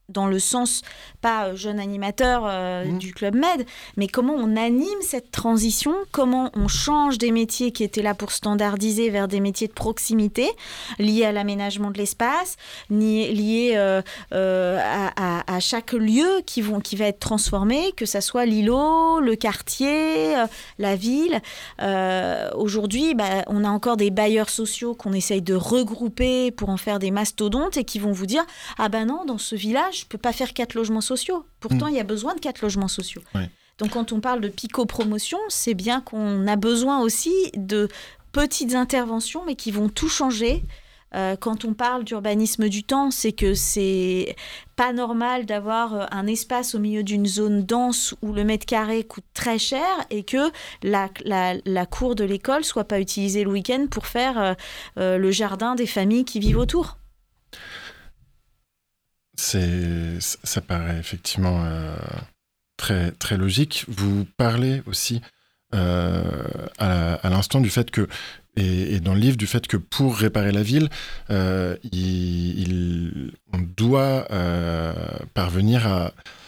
B: dans le sens, pas jeune animateur euh,
A: Mmh.
B: du Club Med, mais comment on anime cette transition, comment on change des métiers qui étaient là pour standardiser vers des métiers de proximité, liés à l'aménagement de l'espace, liés, liés euh, euh, à, à, à chaque lieu qui, vont, qui va être transformé, que ça soit l'îlot, le quartier, euh, la ville. Euh, aujourd'hui, bah, on a encore des bailleurs sociaux qu'on essaye de regrouper pour en faire des mastodontes et qui vont vous dire « Ah ben non, dans ce village, je ne peux pas faire quatre logements sociaux. Pourtant, il mmh. y a besoin de quatre logements sociaux.
A: Ouais. »
B: Donc, quand on parle de pico-promotion, c'est bien qu'on a besoin aussi de petites interventions, mais qui vont tout changer. Euh, quand on parle d'urbanisme du temps, c'est que c'est pas normal d'avoir un espace au milieu d'une zone dense où le mètre carré coûte très cher et que la, la, la cour de l'école soit pas utilisée le week-end pour faire euh, euh, le jardin des familles qui vivent autour.
A: C'est, ça paraît effectivement euh, très, très logique. Vous parlez aussi euh, à, à l'instant du fait que, et, et dans le livre, du fait que pour réparer la ville, euh, il, il, on doit euh, parvenir à,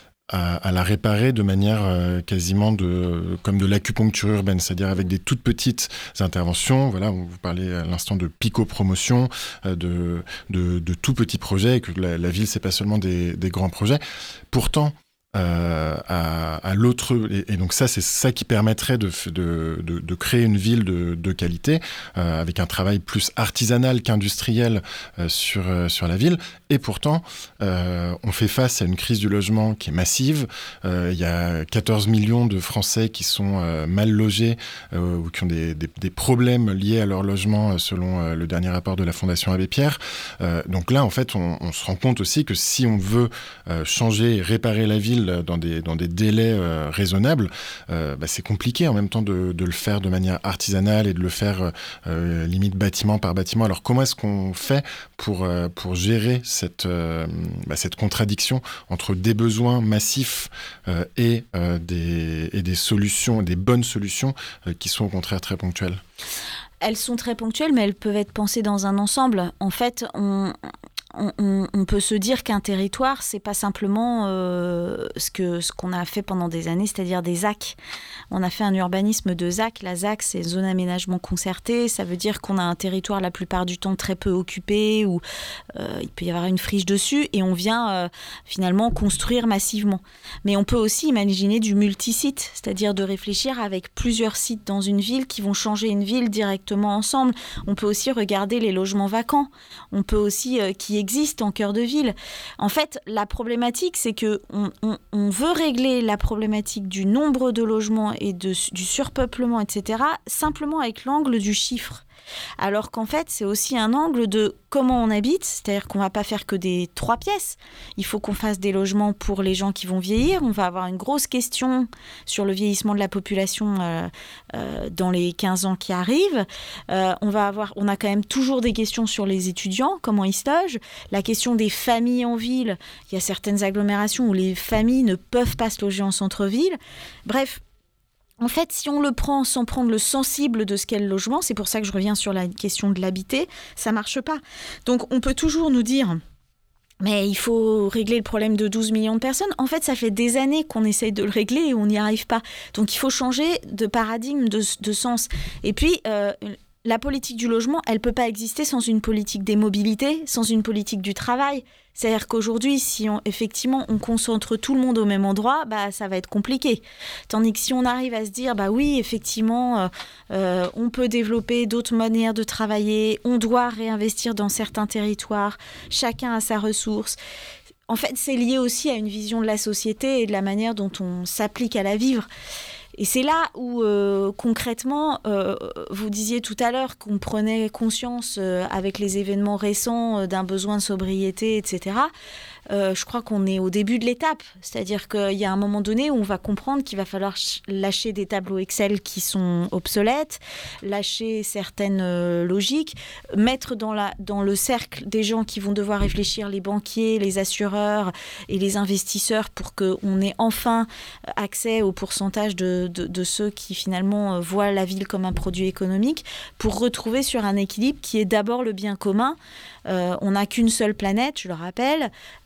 A: à, à la réparer de manière euh, quasiment de, comme de l'acupuncture urbaine, c'est-à-dire avec des toutes petites interventions. Voilà, on vous parlait à l'instant de pico-promotion, euh, de, de, de tout petits projets, et que la, la ville, c'est pas seulement des, des grands projets. Pourtant, Euh, à, à l'autre, et, et donc ça, c'est ça qui permettrait de, de, de, de créer une ville de, de qualité, euh, avec un travail plus artisanal qu'industriel euh, sur, euh, sur la ville. Et pourtant, euh, on fait face à une crise du logement qui est massive. Euh, il y a quatorze millions de Français qui sont euh, mal logés euh, ou qui ont des, des, des problèmes liés à leur logement, selon euh, le dernier rapport de la Fondation Abbé Pierre. Euh, donc là, en fait, on, on se rend compte aussi que si on veut euh, changer et réparer la ville dans des, dans des délais euh, raisonnables, euh, bah, c'est compliqué en même temps de, de le faire de manière artisanale et de le faire euh, limite bâtiment par bâtiment. Alors comment est-ce qu'on fait pour, euh, pour gérer cette, euh, bah, cette contradiction entre des besoins massifs euh, et, euh, des, et des solutions, des bonnes solutions euh, qui sont au contraire très ponctuelles?
B: Elles sont très ponctuelles, mais elles peuvent être pensées dans un ensemble. En fait, on... On, on, on peut se dire qu'un territoire, c'est pas simplement euh, ce, que, ce qu'on a fait pendant des années, c'est-à-dire des Z A C. On a fait un urbanisme de Z A C. La Z A C, c'est zone aménagement concerté. Ça veut dire qu'on a un territoire la plupart du temps très peu occupé, où euh, il peut y avoir une friche dessus, et on vient euh, finalement construire massivement. Mais on peut aussi imaginer du multisite, c'est-à-dire de réfléchir avec plusieurs sites dans une ville qui vont changer une ville directement ensemble. On peut aussi regarder les logements vacants. On peut aussi, euh, qui existe en cœur de ville. En fait, la problématique, c'est que on, on, on veut régler la problématique du nombre de logements et de, du surpeuplement, et cetera, simplement avec l'angle du chiffre. Alors qu'en fait, c'est aussi un angle de comment on habite, c'est-à-dire qu'on ne va pas faire que des trois pièces. Il faut qu'on fasse des logements pour les gens qui vont vieillir. On va avoir une grosse question sur le vieillissement de la population euh, euh, dans les quinze ans qui arrivent. Euh, on va avoir, on a quand même toujours des questions sur les étudiants, comment ils se logent. La question des familles en ville. Il y a certaines agglomérations où les familles ne peuvent pas se loger en centre-ville. Bref, en fait, si on le prend sans prendre le sensible de ce qu'est le logement, c'est pour ça que je reviens sur la question de l'habiter, ça ne marche pas. Donc, on peut toujours nous dire, mais il faut régler le problème de douze millions de personnes. En fait, ça fait des années qu'on essaye de le régler et on n'y arrive pas. Donc, il faut changer de paradigme, de, de sens. Et puis, euh, la politique du logement, elle ne peut pas exister sans une politique des mobilités, sans une politique du travail. C'est-à-dire qu'aujourd'hui, si on, effectivement on concentre tout le monde au même endroit, bah, ça va être compliqué. Tandis que si on arrive à se dire, bah oui, effectivement, euh, euh, on peut développer d'autres manières de travailler, on doit réinvestir dans certains territoires, chacun a sa ressource. En fait, c'est lié aussi à une vision de la société et de la manière dont on s'applique à la vivre. Et c'est là où, euh, concrètement, euh, vous disiez tout à l'heure qu'on prenait conscience, euh, avec les événements récents, euh, d'un besoin de sobriété, et cetera. Euh, je crois qu'on est au début de l'étape. C'est-à-dire qu'il y a un moment donné où on va comprendre qu'il va falloir ch- lâcher des tableaux Excel qui sont obsolètes, lâcher certaines euh, logiques, mettre dans, la, dans le cercle des gens qui vont devoir réfléchir, les banquiers, les assureurs et les investisseurs, pour qu'on ait enfin accès au pourcentage de, de, de ceux qui finalement voient la ville comme un produit économique, pour retrouver sur un équilibre qui est d'abord le bien commun. Euh, on n'a qu'une seule planète, je le rappelle. Euh,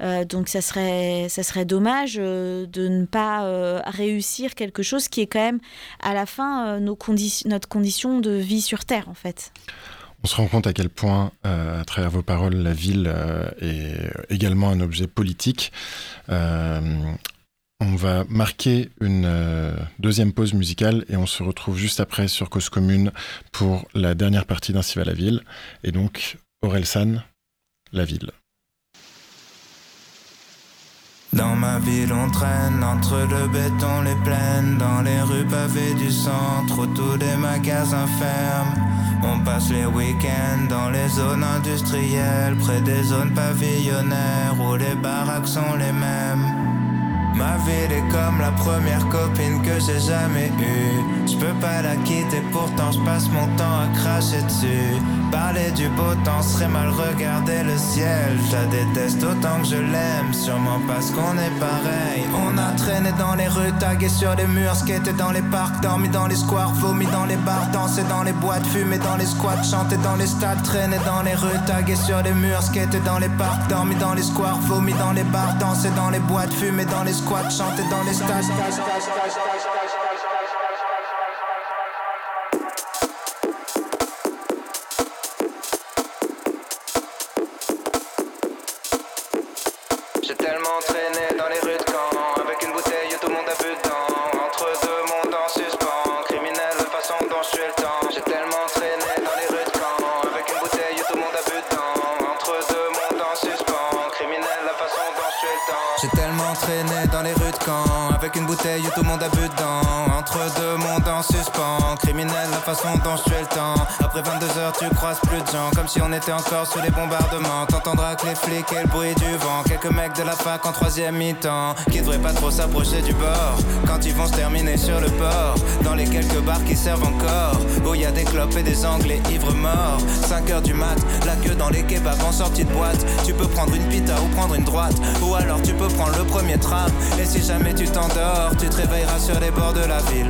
B: Euh, donc ça serait, ça serait dommage euh, de ne pas euh, réussir quelque chose qui est quand même à la fin euh, nos condi- notre condition de vie sur Terre en fait.
A: On se rend compte à quel point, euh, à travers vos paroles, la ville euh, est également un objet politique. Euh, on va marquer une euh, deuxième pause musicale et on se retrouve juste après sur Cause Commune pour la dernière partie d'Ainsi va la ville. Et donc, Orelsan, la ville.
E: Dans ma ville on traîne, entre le béton, les plaines, dans les rues pavées du centre, où tous les magasins ferment. On passe les week-ends dans les zones industrielles, près des zones pavillonnaires, où les baraques sont les mêmes. Ma ville est comme la première copine que j'ai jamais eue. Je peux pas la quitter, pourtant je passe mon temps à cracher dessus. Parler du beau temps serait mal regarder le ciel. Je la déteste autant que je l'aime, sûrement parce qu'on est pareil. On a traîné dans les rues, tagué sur les murs, skaté dans les parcs, dormi dans les squares, vomi dans les bars, dansé dans les boîtes, fumé dans les squats, chanté dans les stades, traîné dans les rues, tagué sur les murs, skaté dans les parcs, dormi dans les squares, vomi dans les bars, dansé dans les boîtes, fumé dans les squats, chanté dans les stades. J'ai tellement traîné dans les rues de Caen, avec une bouteille où tout le monde a bu dedans, entre deux mondes en suspens, criminel la façon dont je suis le temps. J'ai tellement traîné dans les rues de Caen, avec une bouteille où tout le monde a bu dedans, entre deux mondes en suspens, criminel la façon dont je suis le temps. J'ai tellement traîné dans les rues de Caen, avec une bouteille où tout le monde a bu dedans, entre deux mondes en suspens, criminel la façon dont je suis le temps. Après vingt-deux heures tu croises plus de gens, comme si on était encore sous les bombardements. T'entendras que les flics et le bruit du vent, quelques mecs de la fac en troisième mi-temps, qui devraient pas trop s'approcher du bord, quand ils vont se terminer sur le port, dans les quelques bars qui servent encore, où y a des clopes et des anglais ivres morts. Cinq heures du mat, la queue dans les kebabs en sortie de boîte. Tu peux prendre une pita ou prendre une droite, ou alors tu peux prendre le premier tram. Et si jamais tu t'endors, tu te réveilleras sur les bords de la ville,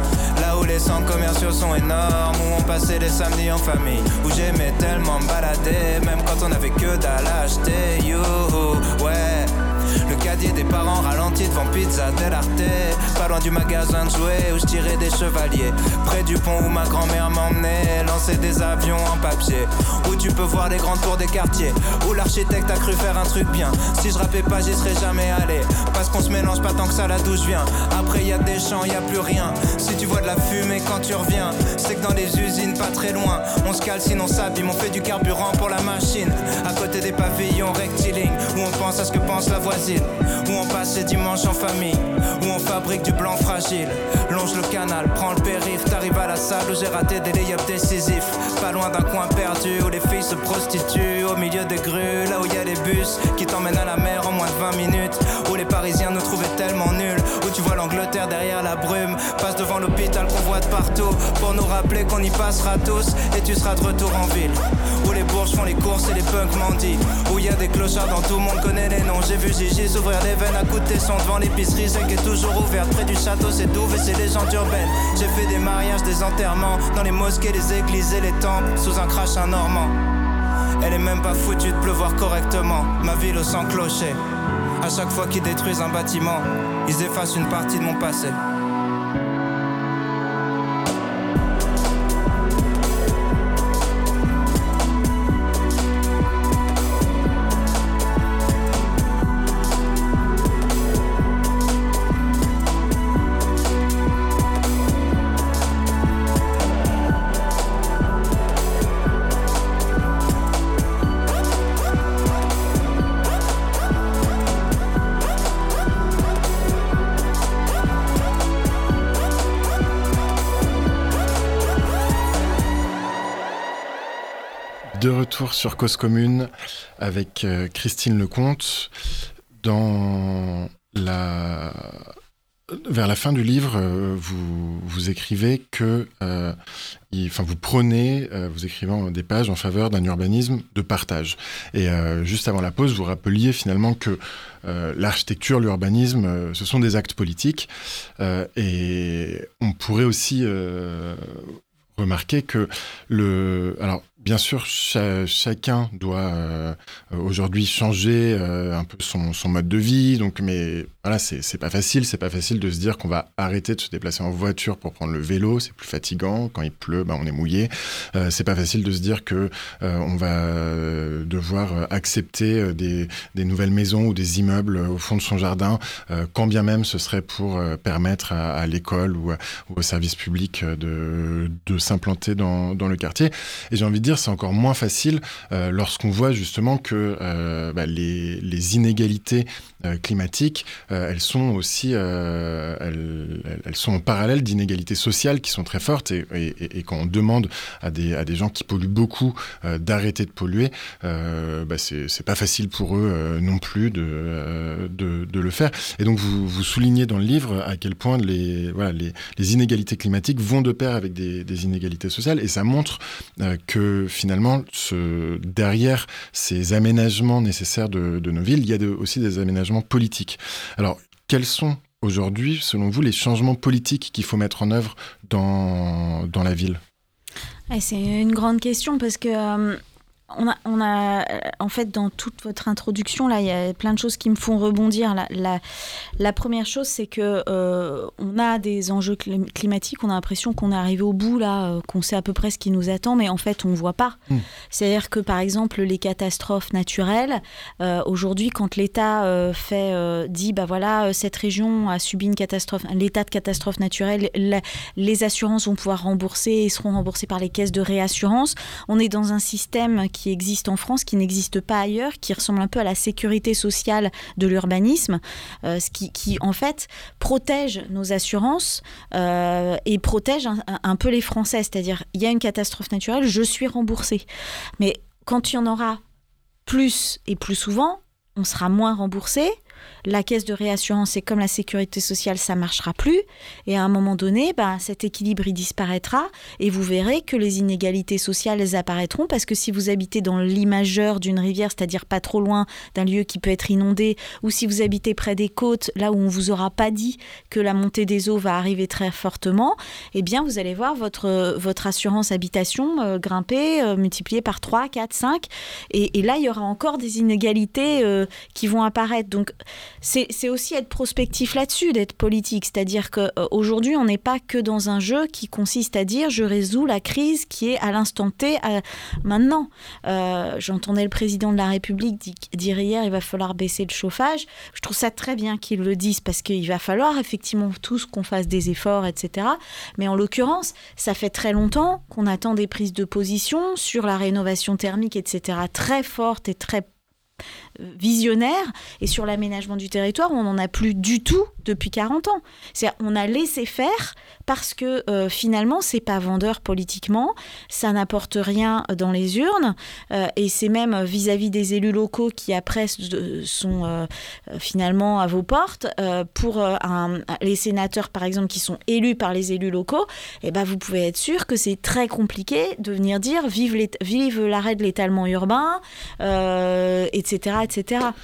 E: là où les centres commerciaux sont énormes, où on passait les samedis en famille, où j'aimais tellement me balader, même quand on avait que dalle à acheter. You, ouais. Le caddie des parents ralenti devant Pizza Del Arte, pas loin du magasin de jouets où je tirais des chevaliers, près du pont où ma grand-mère m'emmenait lancer des avions en papier, où tu peux voir les grandes tours des quartiers, où l'architecte a cru faire un truc bien. Si je rappais pas j'y serais jamais allé, parce qu'on se mélange pas tant que ça là d'où je viens. Après y a des champs, y a plus rien. Si tu vois de la fumée quand tu reviens, c'est que dans les usines pas très loin, on se calcine, on s'abîme, on fait du carburant pour la machine, à côté des pavillons rectilignes, où on pense à ce que pense la voisine, où on passe les dimanches en famille, où on fabrique du blanc fragile. Longe le canal, prends le périph', t'arrives à la salle où j'ai raté des lay-ups décisifs, pas loin d'un coin perdu où les filles se prostituent, au milieu des grues, là où y a les bus qui t'emmènent à la mer en moins de vingt minutes, où les Parisiens nous trouvaient tellement nuls, où tu vois l'Angleterre derrière la brume, passe devant l'hôpital qu'on voit de partout, pour nous rappeler qu'on y passera tous, et tu seras de retour en ville, où les bourges font les courses et les punks mendient, où y a des clochards dont tout le monde connaît les noms. J'ai vu Gigi s'ouvrir les veines à coups de tesson devant l'épicerie, celle qui est toujours ouverte près du château, c'est Douve et c'est légende urbaine. J'ai fait des mariages, des enterrements, dans les mosquées, les églises et les temples, sous un crachin normand. Elle est même pas foutue de pleuvoir correctement, ma ville au sang clocher. À chaque fois qu'ils détruisent un bâtiment, ils effacent une partie de mon passé.
A: De retour sur Cause Commune avec euh, Christine Lecomte. Dans la... Vers la fin du livre, euh, vous, vous écrivez que, euh, il, enfin, vous prônez, euh, vous écrivez des pages en faveur d'un urbanisme de partage. Et euh, juste avant la pause, vous rappeliez finalement que euh, l'architecture, l'urbanisme, euh, ce sont des actes politiques. Euh, et on pourrait aussi euh, remarquer que le, alors Bien sûr, cha- chacun doit euh, aujourd'hui changer euh, un peu son, son mode de vie. Donc, mais voilà, c'est, c'est pas facile. C'est pas facile de se dire qu'on va arrêter de se déplacer en voiture pour prendre le vélo. C'est plus fatigant. Quand il pleut, bah, on est mouillé. Euh, c'est pas facile de se dire que euh, on va devoir accepter des, des nouvelles maisons ou des immeubles au fond de son jardin, euh, quand bien même ce serait pour euh, permettre à, à l'école ou, à, ou au service public de, de s'implanter dans, dans le quartier. Et j'ai envie de dire, c'est encore moins facile euh, lorsqu'on voit justement que euh, bah, les, les inégalités euh, climatiques, euh, elles sont aussi euh, elles, elles sont en parallèle d'inégalités sociales qui sont très fortes. Et, et, et quand on demande à des, à des gens qui polluent beaucoup euh, d'arrêter de polluer, euh, bah, c'est, c'est pas facile pour eux euh, non plus de, euh, de, de le faire. Et donc vous, vous soulignez dans le livre à quel point les, voilà, les, les inégalités climatiques vont de pair avec des, des inégalités sociales. Et ça montre euh, que finalement, ce, derrière ces aménagements nécessaires de, de nos villes, il y a de, aussi des aménagements politiques. Alors, quels sont aujourd'hui, selon vous, les changements politiques qu'il faut mettre en œuvre dans, dans la ville ?
B: Et c'est une grande question parce que euh, on a, on a, en fait, dans toute votre introduction, là, il y a plein de choses qui me font rebondir. La, la, la première chose, c'est que euh, on a des enjeux clim- climatiques. On a l'impression qu'on est arrivé au bout, là, euh, qu'on sait à peu près ce qui nous attend, mais en fait, on ne voit pas. Mmh. C'est-à-dire que, par exemple, les catastrophes naturelles, euh, aujourd'hui, quand l'État euh, fait, euh, dit, bah voilà, euh, cette région a subi une catastrophe, l'état de catastrophe naturelle, la, les assurances vont pouvoir rembourser et seront remboursées par les caisses de réassurance. On est dans un système qui qui existe en France, qui n'existe pas ailleurs, qui ressemble un peu à la sécurité sociale de l'urbanisme, euh, ce qui, qui en fait protège nos assurances euh, et protège un, un peu les Français. C'est-à-dire, il y a une catastrophe naturelle, je suis remboursée. Mais quand il y en aura plus et plus souvent, on sera moins remboursé. La caisse de réassurance, c'est comme la sécurité sociale, ça ne marchera plus. Et à un moment donné, bah, cet équilibre, il disparaîtra. Et vous verrez que les inégalités sociales, elles apparaîtront. Parce que si vous habitez dans l'imageur d'une rivière, c'est-à-dire pas trop loin d'un lieu qui peut être inondé, ou si vous habitez près des côtes, là où on ne vous aura pas dit que la montée des eaux va arriver très fortement, eh bien, vous allez voir votre, votre assurance habitation euh, grimper, euh, multipliée par trois, quatre, cinq. Et, et là, il y aura encore des inégalités euh, qui vont apparaître. Donc, C'est, c'est aussi être prospectif là-dessus, d'être politique. C'est-à-dire qu'aujourd'hui, on n'est pas que dans un jeu qui consiste à dire « je résous la crise qui est à l'instant T, à... maintenant euh, ». J'entendais le président de la République dire hier « il va falloir baisser le chauffage ». Je trouve ça très bien qu'ils le disent parce qu'il va falloir effectivement tous qu'on fasse des efforts, et cetera. Mais en l'occurrence, ça fait très longtemps qu'on attend des prises de position sur la rénovation thermique, et cetera, très fortes et très visionnaire, et sur l'aménagement du territoire, on n'en a plus du tout depuis quarante ans. C'est-à-dire, on a laissé faire parce que euh, finalement, c'est pas vendeur politiquement, ça n'apporte rien dans les urnes, euh, et c'est même vis-à-vis des élus locaux qui après sont euh, finalement à vos portes, euh, pour euh, un, les sénateurs par exemple qui sont élus par les élus locaux, et ben vous pouvez être sûr que c'est très compliqué de venir dire vive, vive l'arrêt de l'étalement urbain, euh, et cetera, et cetera.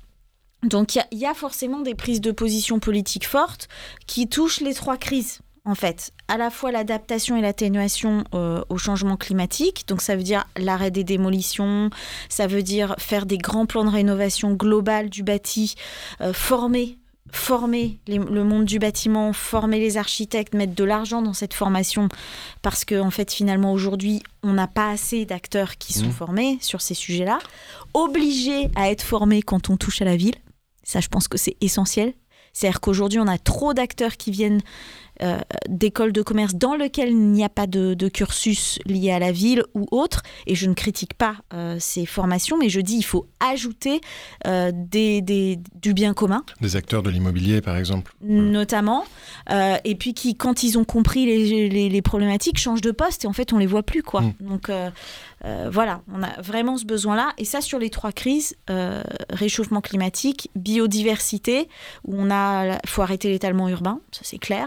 B: Donc il y, y a forcément des prises de position politiques fortes qui touchent les trois crises. En fait, à la fois l'adaptation et l'atténuation euh, au changement climatique. Donc, ça veut dire l'arrêt des démolitions, ça veut dire faire des grands plans de rénovation globale du bâti, euh, former, former les, le monde du bâtiment, former les architectes, mettre de l'argent dans cette formation. Parce qu'en en fait, finalement, aujourd'hui, on n'a pas assez d'acteurs qui sont mmh. formés sur ces sujets-là. Obligés à être formés quand on touche à la ville. Ça, je pense que c'est essentiel. C'est-à-dire qu'aujourd'hui, on a trop d'acteurs qui viennent euh, d'écoles de commerce dans lesquelles il n'y a pas de, de cursus lié à la ville ou autre. Et je ne critique pas euh, ces formations, mais je dis qu'il faut ajouter euh, des, des, du bien commun.
A: Des acteurs de l'immobilier, par exemple.
B: Notamment. Euh, et puis qui, quand ils ont compris les, les, les problématiques, changent de poste et en fait, on ne les voit plus, quoi. Mmh. Donc, euh, euh, voilà, on a vraiment ce besoin-là. Et ça, sur les trois crises, euh, réchauffement climatique, biodiversité, où on a, faut arrêter l'étalement urbain, ça c'est clair. Donc, les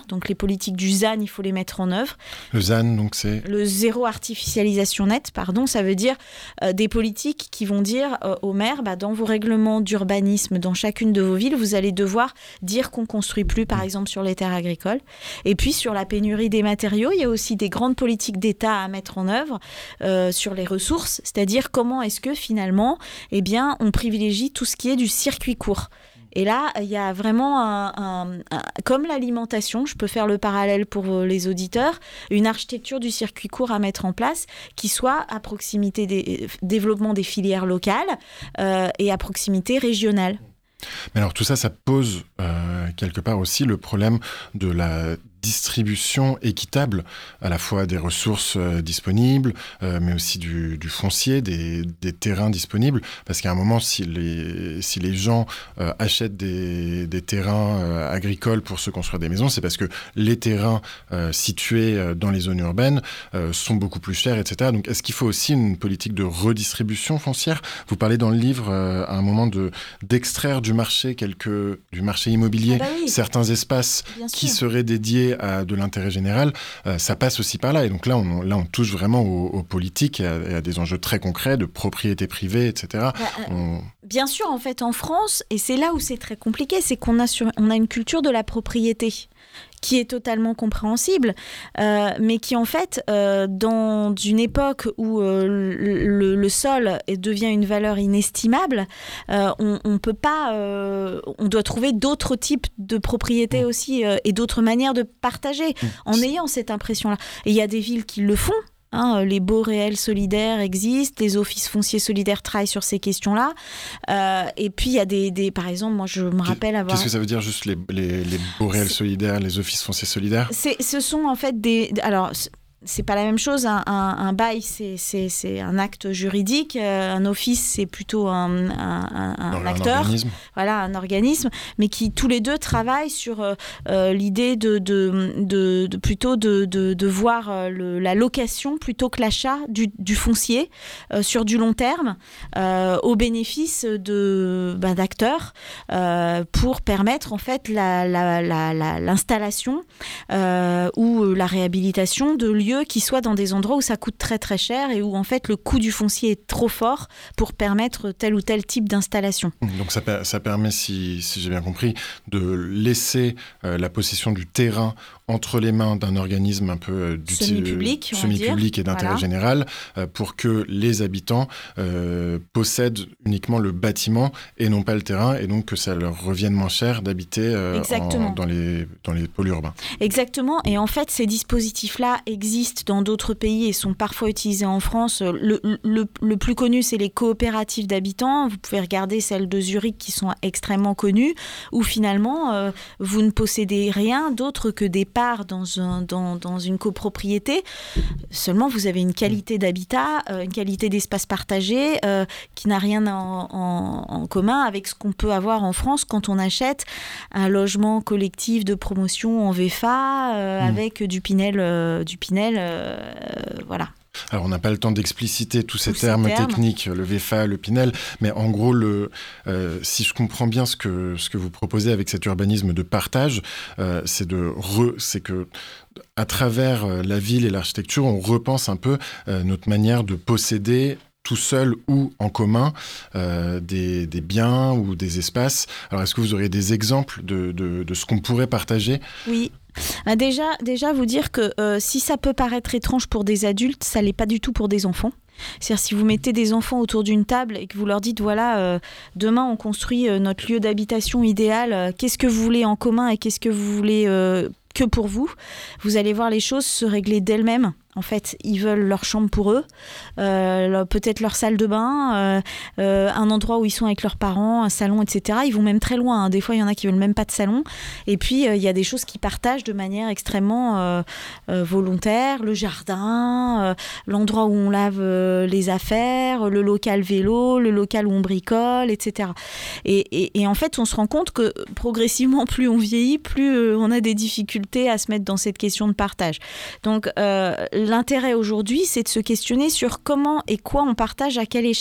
B: politiques du Z A N, il faut les mettre en œuvre.
A: Le Z A N, donc c'est...
B: Le zéro artificialisation nette, pardon, ça veut dire euh, des politiques qui vont dire euh, aux maires, bah, dans vos règlements d'urbanisme, dans chacune de vos villes, vous allez devoir dire qu'on ne construit plus, par exemple, sur les terres agricoles. Et puis, sur la pénurie des matériaux, il y a aussi des grandes politiques d'État à mettre en œuvre euh, sur les ressources, c'est-à-dire comment est-ce que, finalement, eh bien, on privilégie tout ce qui est du circuit court. Et là, il y a vraiment, un, un, un, comme l'alimentation, je peux faire le parallèle pour les auditeurs, une architecture du circuit court à mettre en place qui soit à proximité des développement des filières locales euh, et à proximité régionale.
A: Mais alors tout ça, ça pose euh, quelque part aussi le problème de la distribution équitable à la fois des ressources euh, disponibles, euh, mais aussi du, du foncier, des, des terrains disponibles. Parce qu'à un moment, si les, si les gens euh, achètent des, des terrains euh, agricoles pour se construire des maisons, c'est parce que les terrains euh, situés euh, dans les zones urbaines euh, sont beaucoup plus chers, et cetera. Donc est-ce qu'il faut aussi une politique de redistribution foncière ? Vous parlez dans le livre euh, à un moment de, d'extraire du marché, quelques, du marché immobilier
B: ah bah oui.
A: certains espaces
B: Bien
A: qui
B: sûr.
A: seraient dédiés à de l'intérêt général, euh, ça passe aussi par là. Et donc là, on, là, on touche vraiment aux, aux politiques et à, et à des enjeux très concrets de propriété privée, et cetera.
B: Bah, euh,
A: On...
B: Bien sûr, en fait, en France, et c'est là où c'est très compliqué, c'est qu'on a, sur, on a une culture de la propriété qui est totalement compréhensible, euh, mais qui en fait, euh, dans une époque où euh, le, le sol devient une valeur inestimable, euh, on, on peut pas, euh, on doit trouver d'autres types de propriétés mmh. aussi euh, et d'autres manières de partager mmh. en ayant cette impression-là. Et il y a des villes qui le font. Hein, les baux réels solidaires existent, les offices fonciers solidaires travaillent sur ces questions-là. Euh, et puis, il y a des, des... Par exemple, moi, je me rappelle avoir...
A: Qu'est-ce que ça veut dire, juste les, les, les baux réels solidaires, les offices fonciers solidaires ?
B: c'est, Ce sont en fait des... Alors... C'est pas la même chose. Un, un, un bail, c'est, c'est, c'est un acte juridique. Euh, un office, c'est plutôt un, un, un, un acteur. Un
A: organisme.
B: Voilà, un organisme, mais qui tous les deux travaillent sur euh, l'idée de, de, de, de plutôt de, de, de voir euh, le, la location plutôt que l'achat du, du foncier euh, sur du long terme euh, au bénéfice de, ben, d'acteurs euh, pour permettre en fait la, la, la, la, l'installation euh, ou la réhabilitation de lieux qui soient dans des endroits où ça coûte très très cher et où en fait le coût du foncier est trop fort pour permettre tel ou tel type d'installation.
A: Donc ça, ça permet, si, si j'ai bien compris, de laisser euh, la possession du terrain entre les mains d'un organisme un peu euh,
B: semi-public,
A: euh, semi-public et d'intérêt voilà. général euh, pour que les habitants euh, possèdent uniquement le bâtiment et non pas le terrain et donc que ça leur revienne moins cher d'habiter euh, en, dans, les, dans les pôles urbains.
B: Exactement. Et en fait, ces dispositifs-là existent dans d'autres pays et sont parfois utilisés en France. Le, le, le plus connu, c'est les coopératives d'habitants. Vous pouvez regarder celles de Zurich qui sont extrêmement connues où finalement, euh, vous ne possédez rien d'autre que des parts dans, un, dans, dans une copropriété. Seulement, vous avez une qualité d'habitat, euh, une qualité d'espace partagé euh, qui n'a rien en, en, en commun avec ce qu'on peut avoir en France quand on achète un logement collectif de promotion en V F A euh, mmh. avec du Pinel, euh, du Pinel euh, voilà.
A: Alors, on n'a pas le temps d'expliciter tous ces
B: tous
A: termes,
B: ces termes
A: techniques, le V F A, le Pinel, mais en gros, le, euh, si je comprends bien ce que, ce que vous proposez avec cet urbanisme de partage, euh, c'est, de re, c'est que à travers la ville et l'architecture, on repense un peu euh, notre manière de posséder tout seul ou en commun euh, des, des biens ou des espaces. Alors, est-ce que vous auriez des exemples de, de, de ce qu'on pourrait partager ?
B: Oui. Déjà, déjà, vous dire que euh, si ça peut paraître étrange pour des adultes, ça ne l'est pas du tout pour des enfants. C'est-à-dire si vous mettez des enfants autour d'une table et que vous leur dites voilà, euh, demain on construit euh, notre lieu d'habitation idéal, euh, qu'est-ce que vous voulez en commun et qu'est-ce que vous voulez euh, que pour vous, vous allez voir les choses se régler d'elles-mêmes. En fait, ils veulent leur chambre pour eux, euh, peut-être leur salle de bain, euh, euh, un endroit où ils sont avec leurs parents, un salon, et cetera. Ils vont même très loin. Hein. Des fois, il y en a qui veulent même pas de salon. Et puis, il euh, y a des choses qu'ils partagent de manière extrêmement euh, euh, volontaire. Le jardin, euh, l'endroit où on lave euh, les affaires, le local vélo, le local où on bricole, et cetera. Et, et, et en fait, on se rend compte que progressivement, plus on vieillit, plus euh, on a des difficultés à se mettre dans cette question de partage. Donc, euh, l'intérêt aujourd'hui, c'est de se questionner sur comment et quoi on partage à quelle échelle.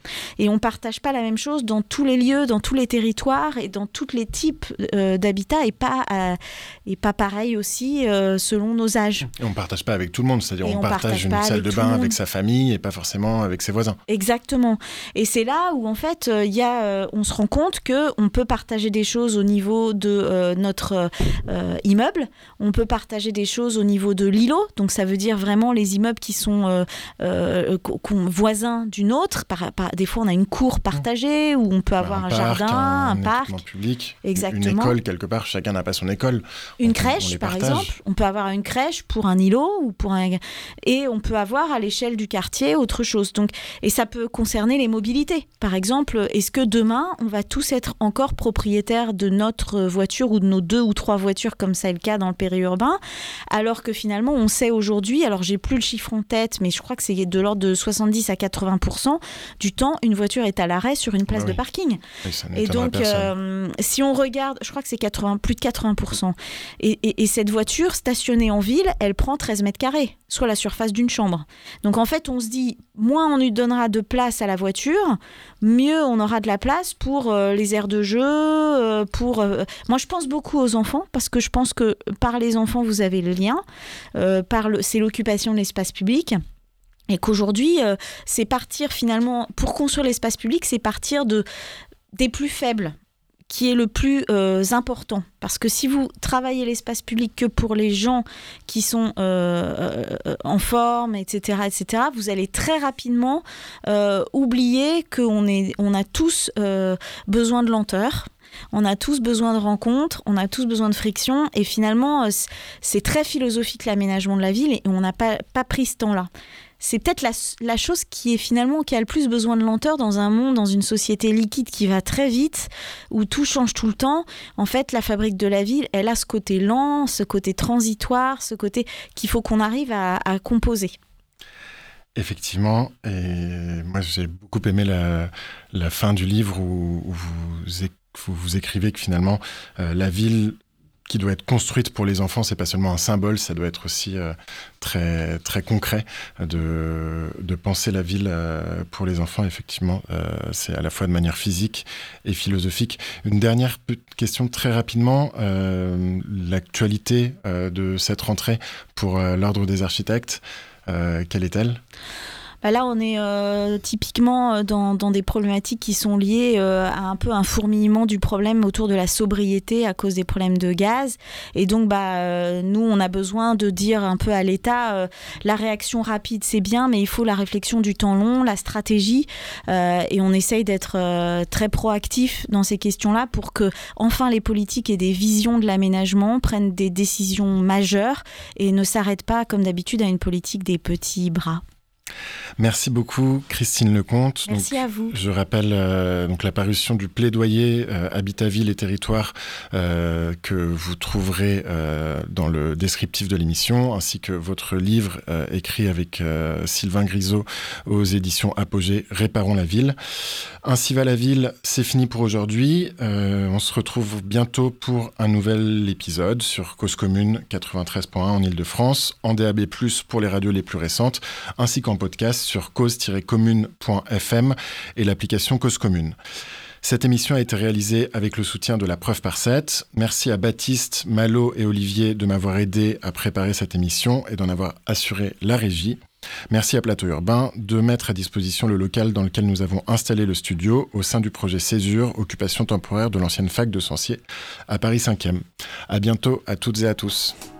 B: Et on ne partage pas la même chose dans tous les lieux, dans tous les territoires et dans tous les types euh, d'habitats et pas, euh, et pas pareil aussi euh, selon nos âges.
A: Et on ne partage pas avec tout le monde, c'est-à-dire
B: Et
A: on,
B: on
A: partage
B: partage
A: une
B: pas
A: salle
B: avec
A: de
B: tout le
A: bain
B: monde.
A: avec sa famille et pas forcément avec ses voisins.
B: Exactement. Et c'est là où en fait euh, y a, euh, on se rend compte qu'on peut partager des choses au niveau de euh, notre euh, immeuble, on peut partager des choses au niveau de l'îlot, donc ça veut dire vraiment les immeubles qui sont euh, euh, voisins d'une autre. Par, par, des fois on a une cour partagée où on peut avoir
A: un,
B: un
A: parc,
B: jardin,
A: un,
B: un parc.
A: équipement public,
B: Exactement.
A: Une école quelque part, chacun n'a pas son école.
B: Une
A: on,
B: crèche
A: on
B: par
A: partage.
B: exemple, on peut avoir une crèche pour un îlot ou pour un... et on peut avoir à l'échelle du quartier autre chose. Donc, et ça peut concerner les mobilités. Par exemple, est-ce que demain on va tous être encore propriétaires de notre voiture ou de nos deux ou trois voitures comme c'est le cas dans le périurbain, alors que finalement on sait aujourd'hui, alors j'ai plus le chiffre en tête, mais je crois que c'est de l'ordre de soixante-dix à quatre-vingts pour cent du temps une voiture est à l'arrêt sur une place
A: Ah oui.
B: de parking.
A: Oui, ça
B: Et
A: n'étonnera
B: donc,
A: personne.
B: euh, si on regarde, je crois que c'est quatre-vingts, plus de quatre-vingts pour cent. Et, et, et cette voiture stationnée en ville, elle prend treize mètres carrés, soit la surface d'une chambre. Donc en fait, on se dit, moins on lui donnera de place à la voiture, mieux on aura de la place pour euh, les aires de jeu, euh, pour... Euh... Moi, je pense beaucoup aux enfants, parce que je pense que par les enfants, vous avez le lien. Euh, par le... C'est l'occupation de l'espace public. Et qu'aujourd'hui, euh, c'est partir finalement, pour construire l'espace public, c'est partir de, des plus faibles, qui est le plus euh, important. Parce que si vous travaillez l'espace public que pour les gens qui sont euh, euh, en forme, et cetera, et cetera, vous allez très rapidement euh, oublier qu'on est, on a tous euh, besoin de lenteur. On a tous besoin de rencontres, on a tous besoin de friction, et finalement, c'est très philosophique l'aménagement de la ville, et on n'a pas, pas pris ce temps-là. C'est peut-être la, la chose qui est finalement qui a le plus besoin de lenteur dans un monde, dans une société liquide qui va très vite, où tout change tout le temps. En fait, la fabrique de la ville, elle a ce côté lent, ce côté transitoire, ce côté qu'il faut qu'on arrive à, à composer.
A: Effectivement, et moi j'ai beaucoup aimé la, la fin du livre où, où vous, vous, vous écrivez que finalement euh, la ville qui doit être construite pour les enfants, c'est pas seulement un symbole, ça doit être aussi euh, très très concret de de penser la ville euh, pour les enfants. Effectivement, euh, c'est à la fois de manière physique et philosophique. Une dernière question très rapidement, euh, l'actualité euh, de cette rentrée pour euh, l'Ordre des architectes, euh, quelle est-elle ?
B: Bah là, on est euh, typiquement dans, dans des problématiques qui sont liées euh, à un peu un fourmillement du problème autour de la sobriété à cause des problèmes de gaz. Et donc, bah, euh, nous, on a besoin de dire un peu à l'État, euh, la réaction rapide, c'est bien, mais il faut la réflexion du temps long, la stratégie. Euh, et on essaye d'être euh, très proactif dans ces questions-là pour que, enfin, les politiques aient des visions de l'aménagement, prennent des décisions majeures et ne s'arrêtent pas, comme d'habitude, à une politique des petits bras.
A: Merci beaucoup Christine Lecomte.
B: Merci
A: donc,
B: à vous.
A: Je rappelle euh, donc la parution du plaidoyer euh, Habitat, Ville et Territoire euh, que vous trouverez euh, dans le descriptif de l'émission, ainsi que votre livre euh, écrit avec euh, Sylvain Grisot aux éditions Apogée, Réparons la ville. Ainsi va la ville, c'est fini pour aujourd'hui. Euh, on se retrouve bientôt pour un nouvel épisode sur Cause Commune quatre-vingt-treize point un en Ile-de-France, en D A B plus, pour les radios les plus récentes, ainsi qu'en podcast sur cause tiret commune point f m et l'application Cause Commune. Cette émission a été réalisée avec le soutien de la Preuve par sept. Merci à Baptiste, Malo et Olivier de m'avoir aidé à préparer cette émission et d'en avoir assuré la régie. Merci à Plateau Urbain de mettre à disposition le local dans lequel nous avons installé le studio au sein du projet Césure, occupation temporaire de l'ancienne fac de Sancier à Paris cinquième. À bientôt à toutes et à tous.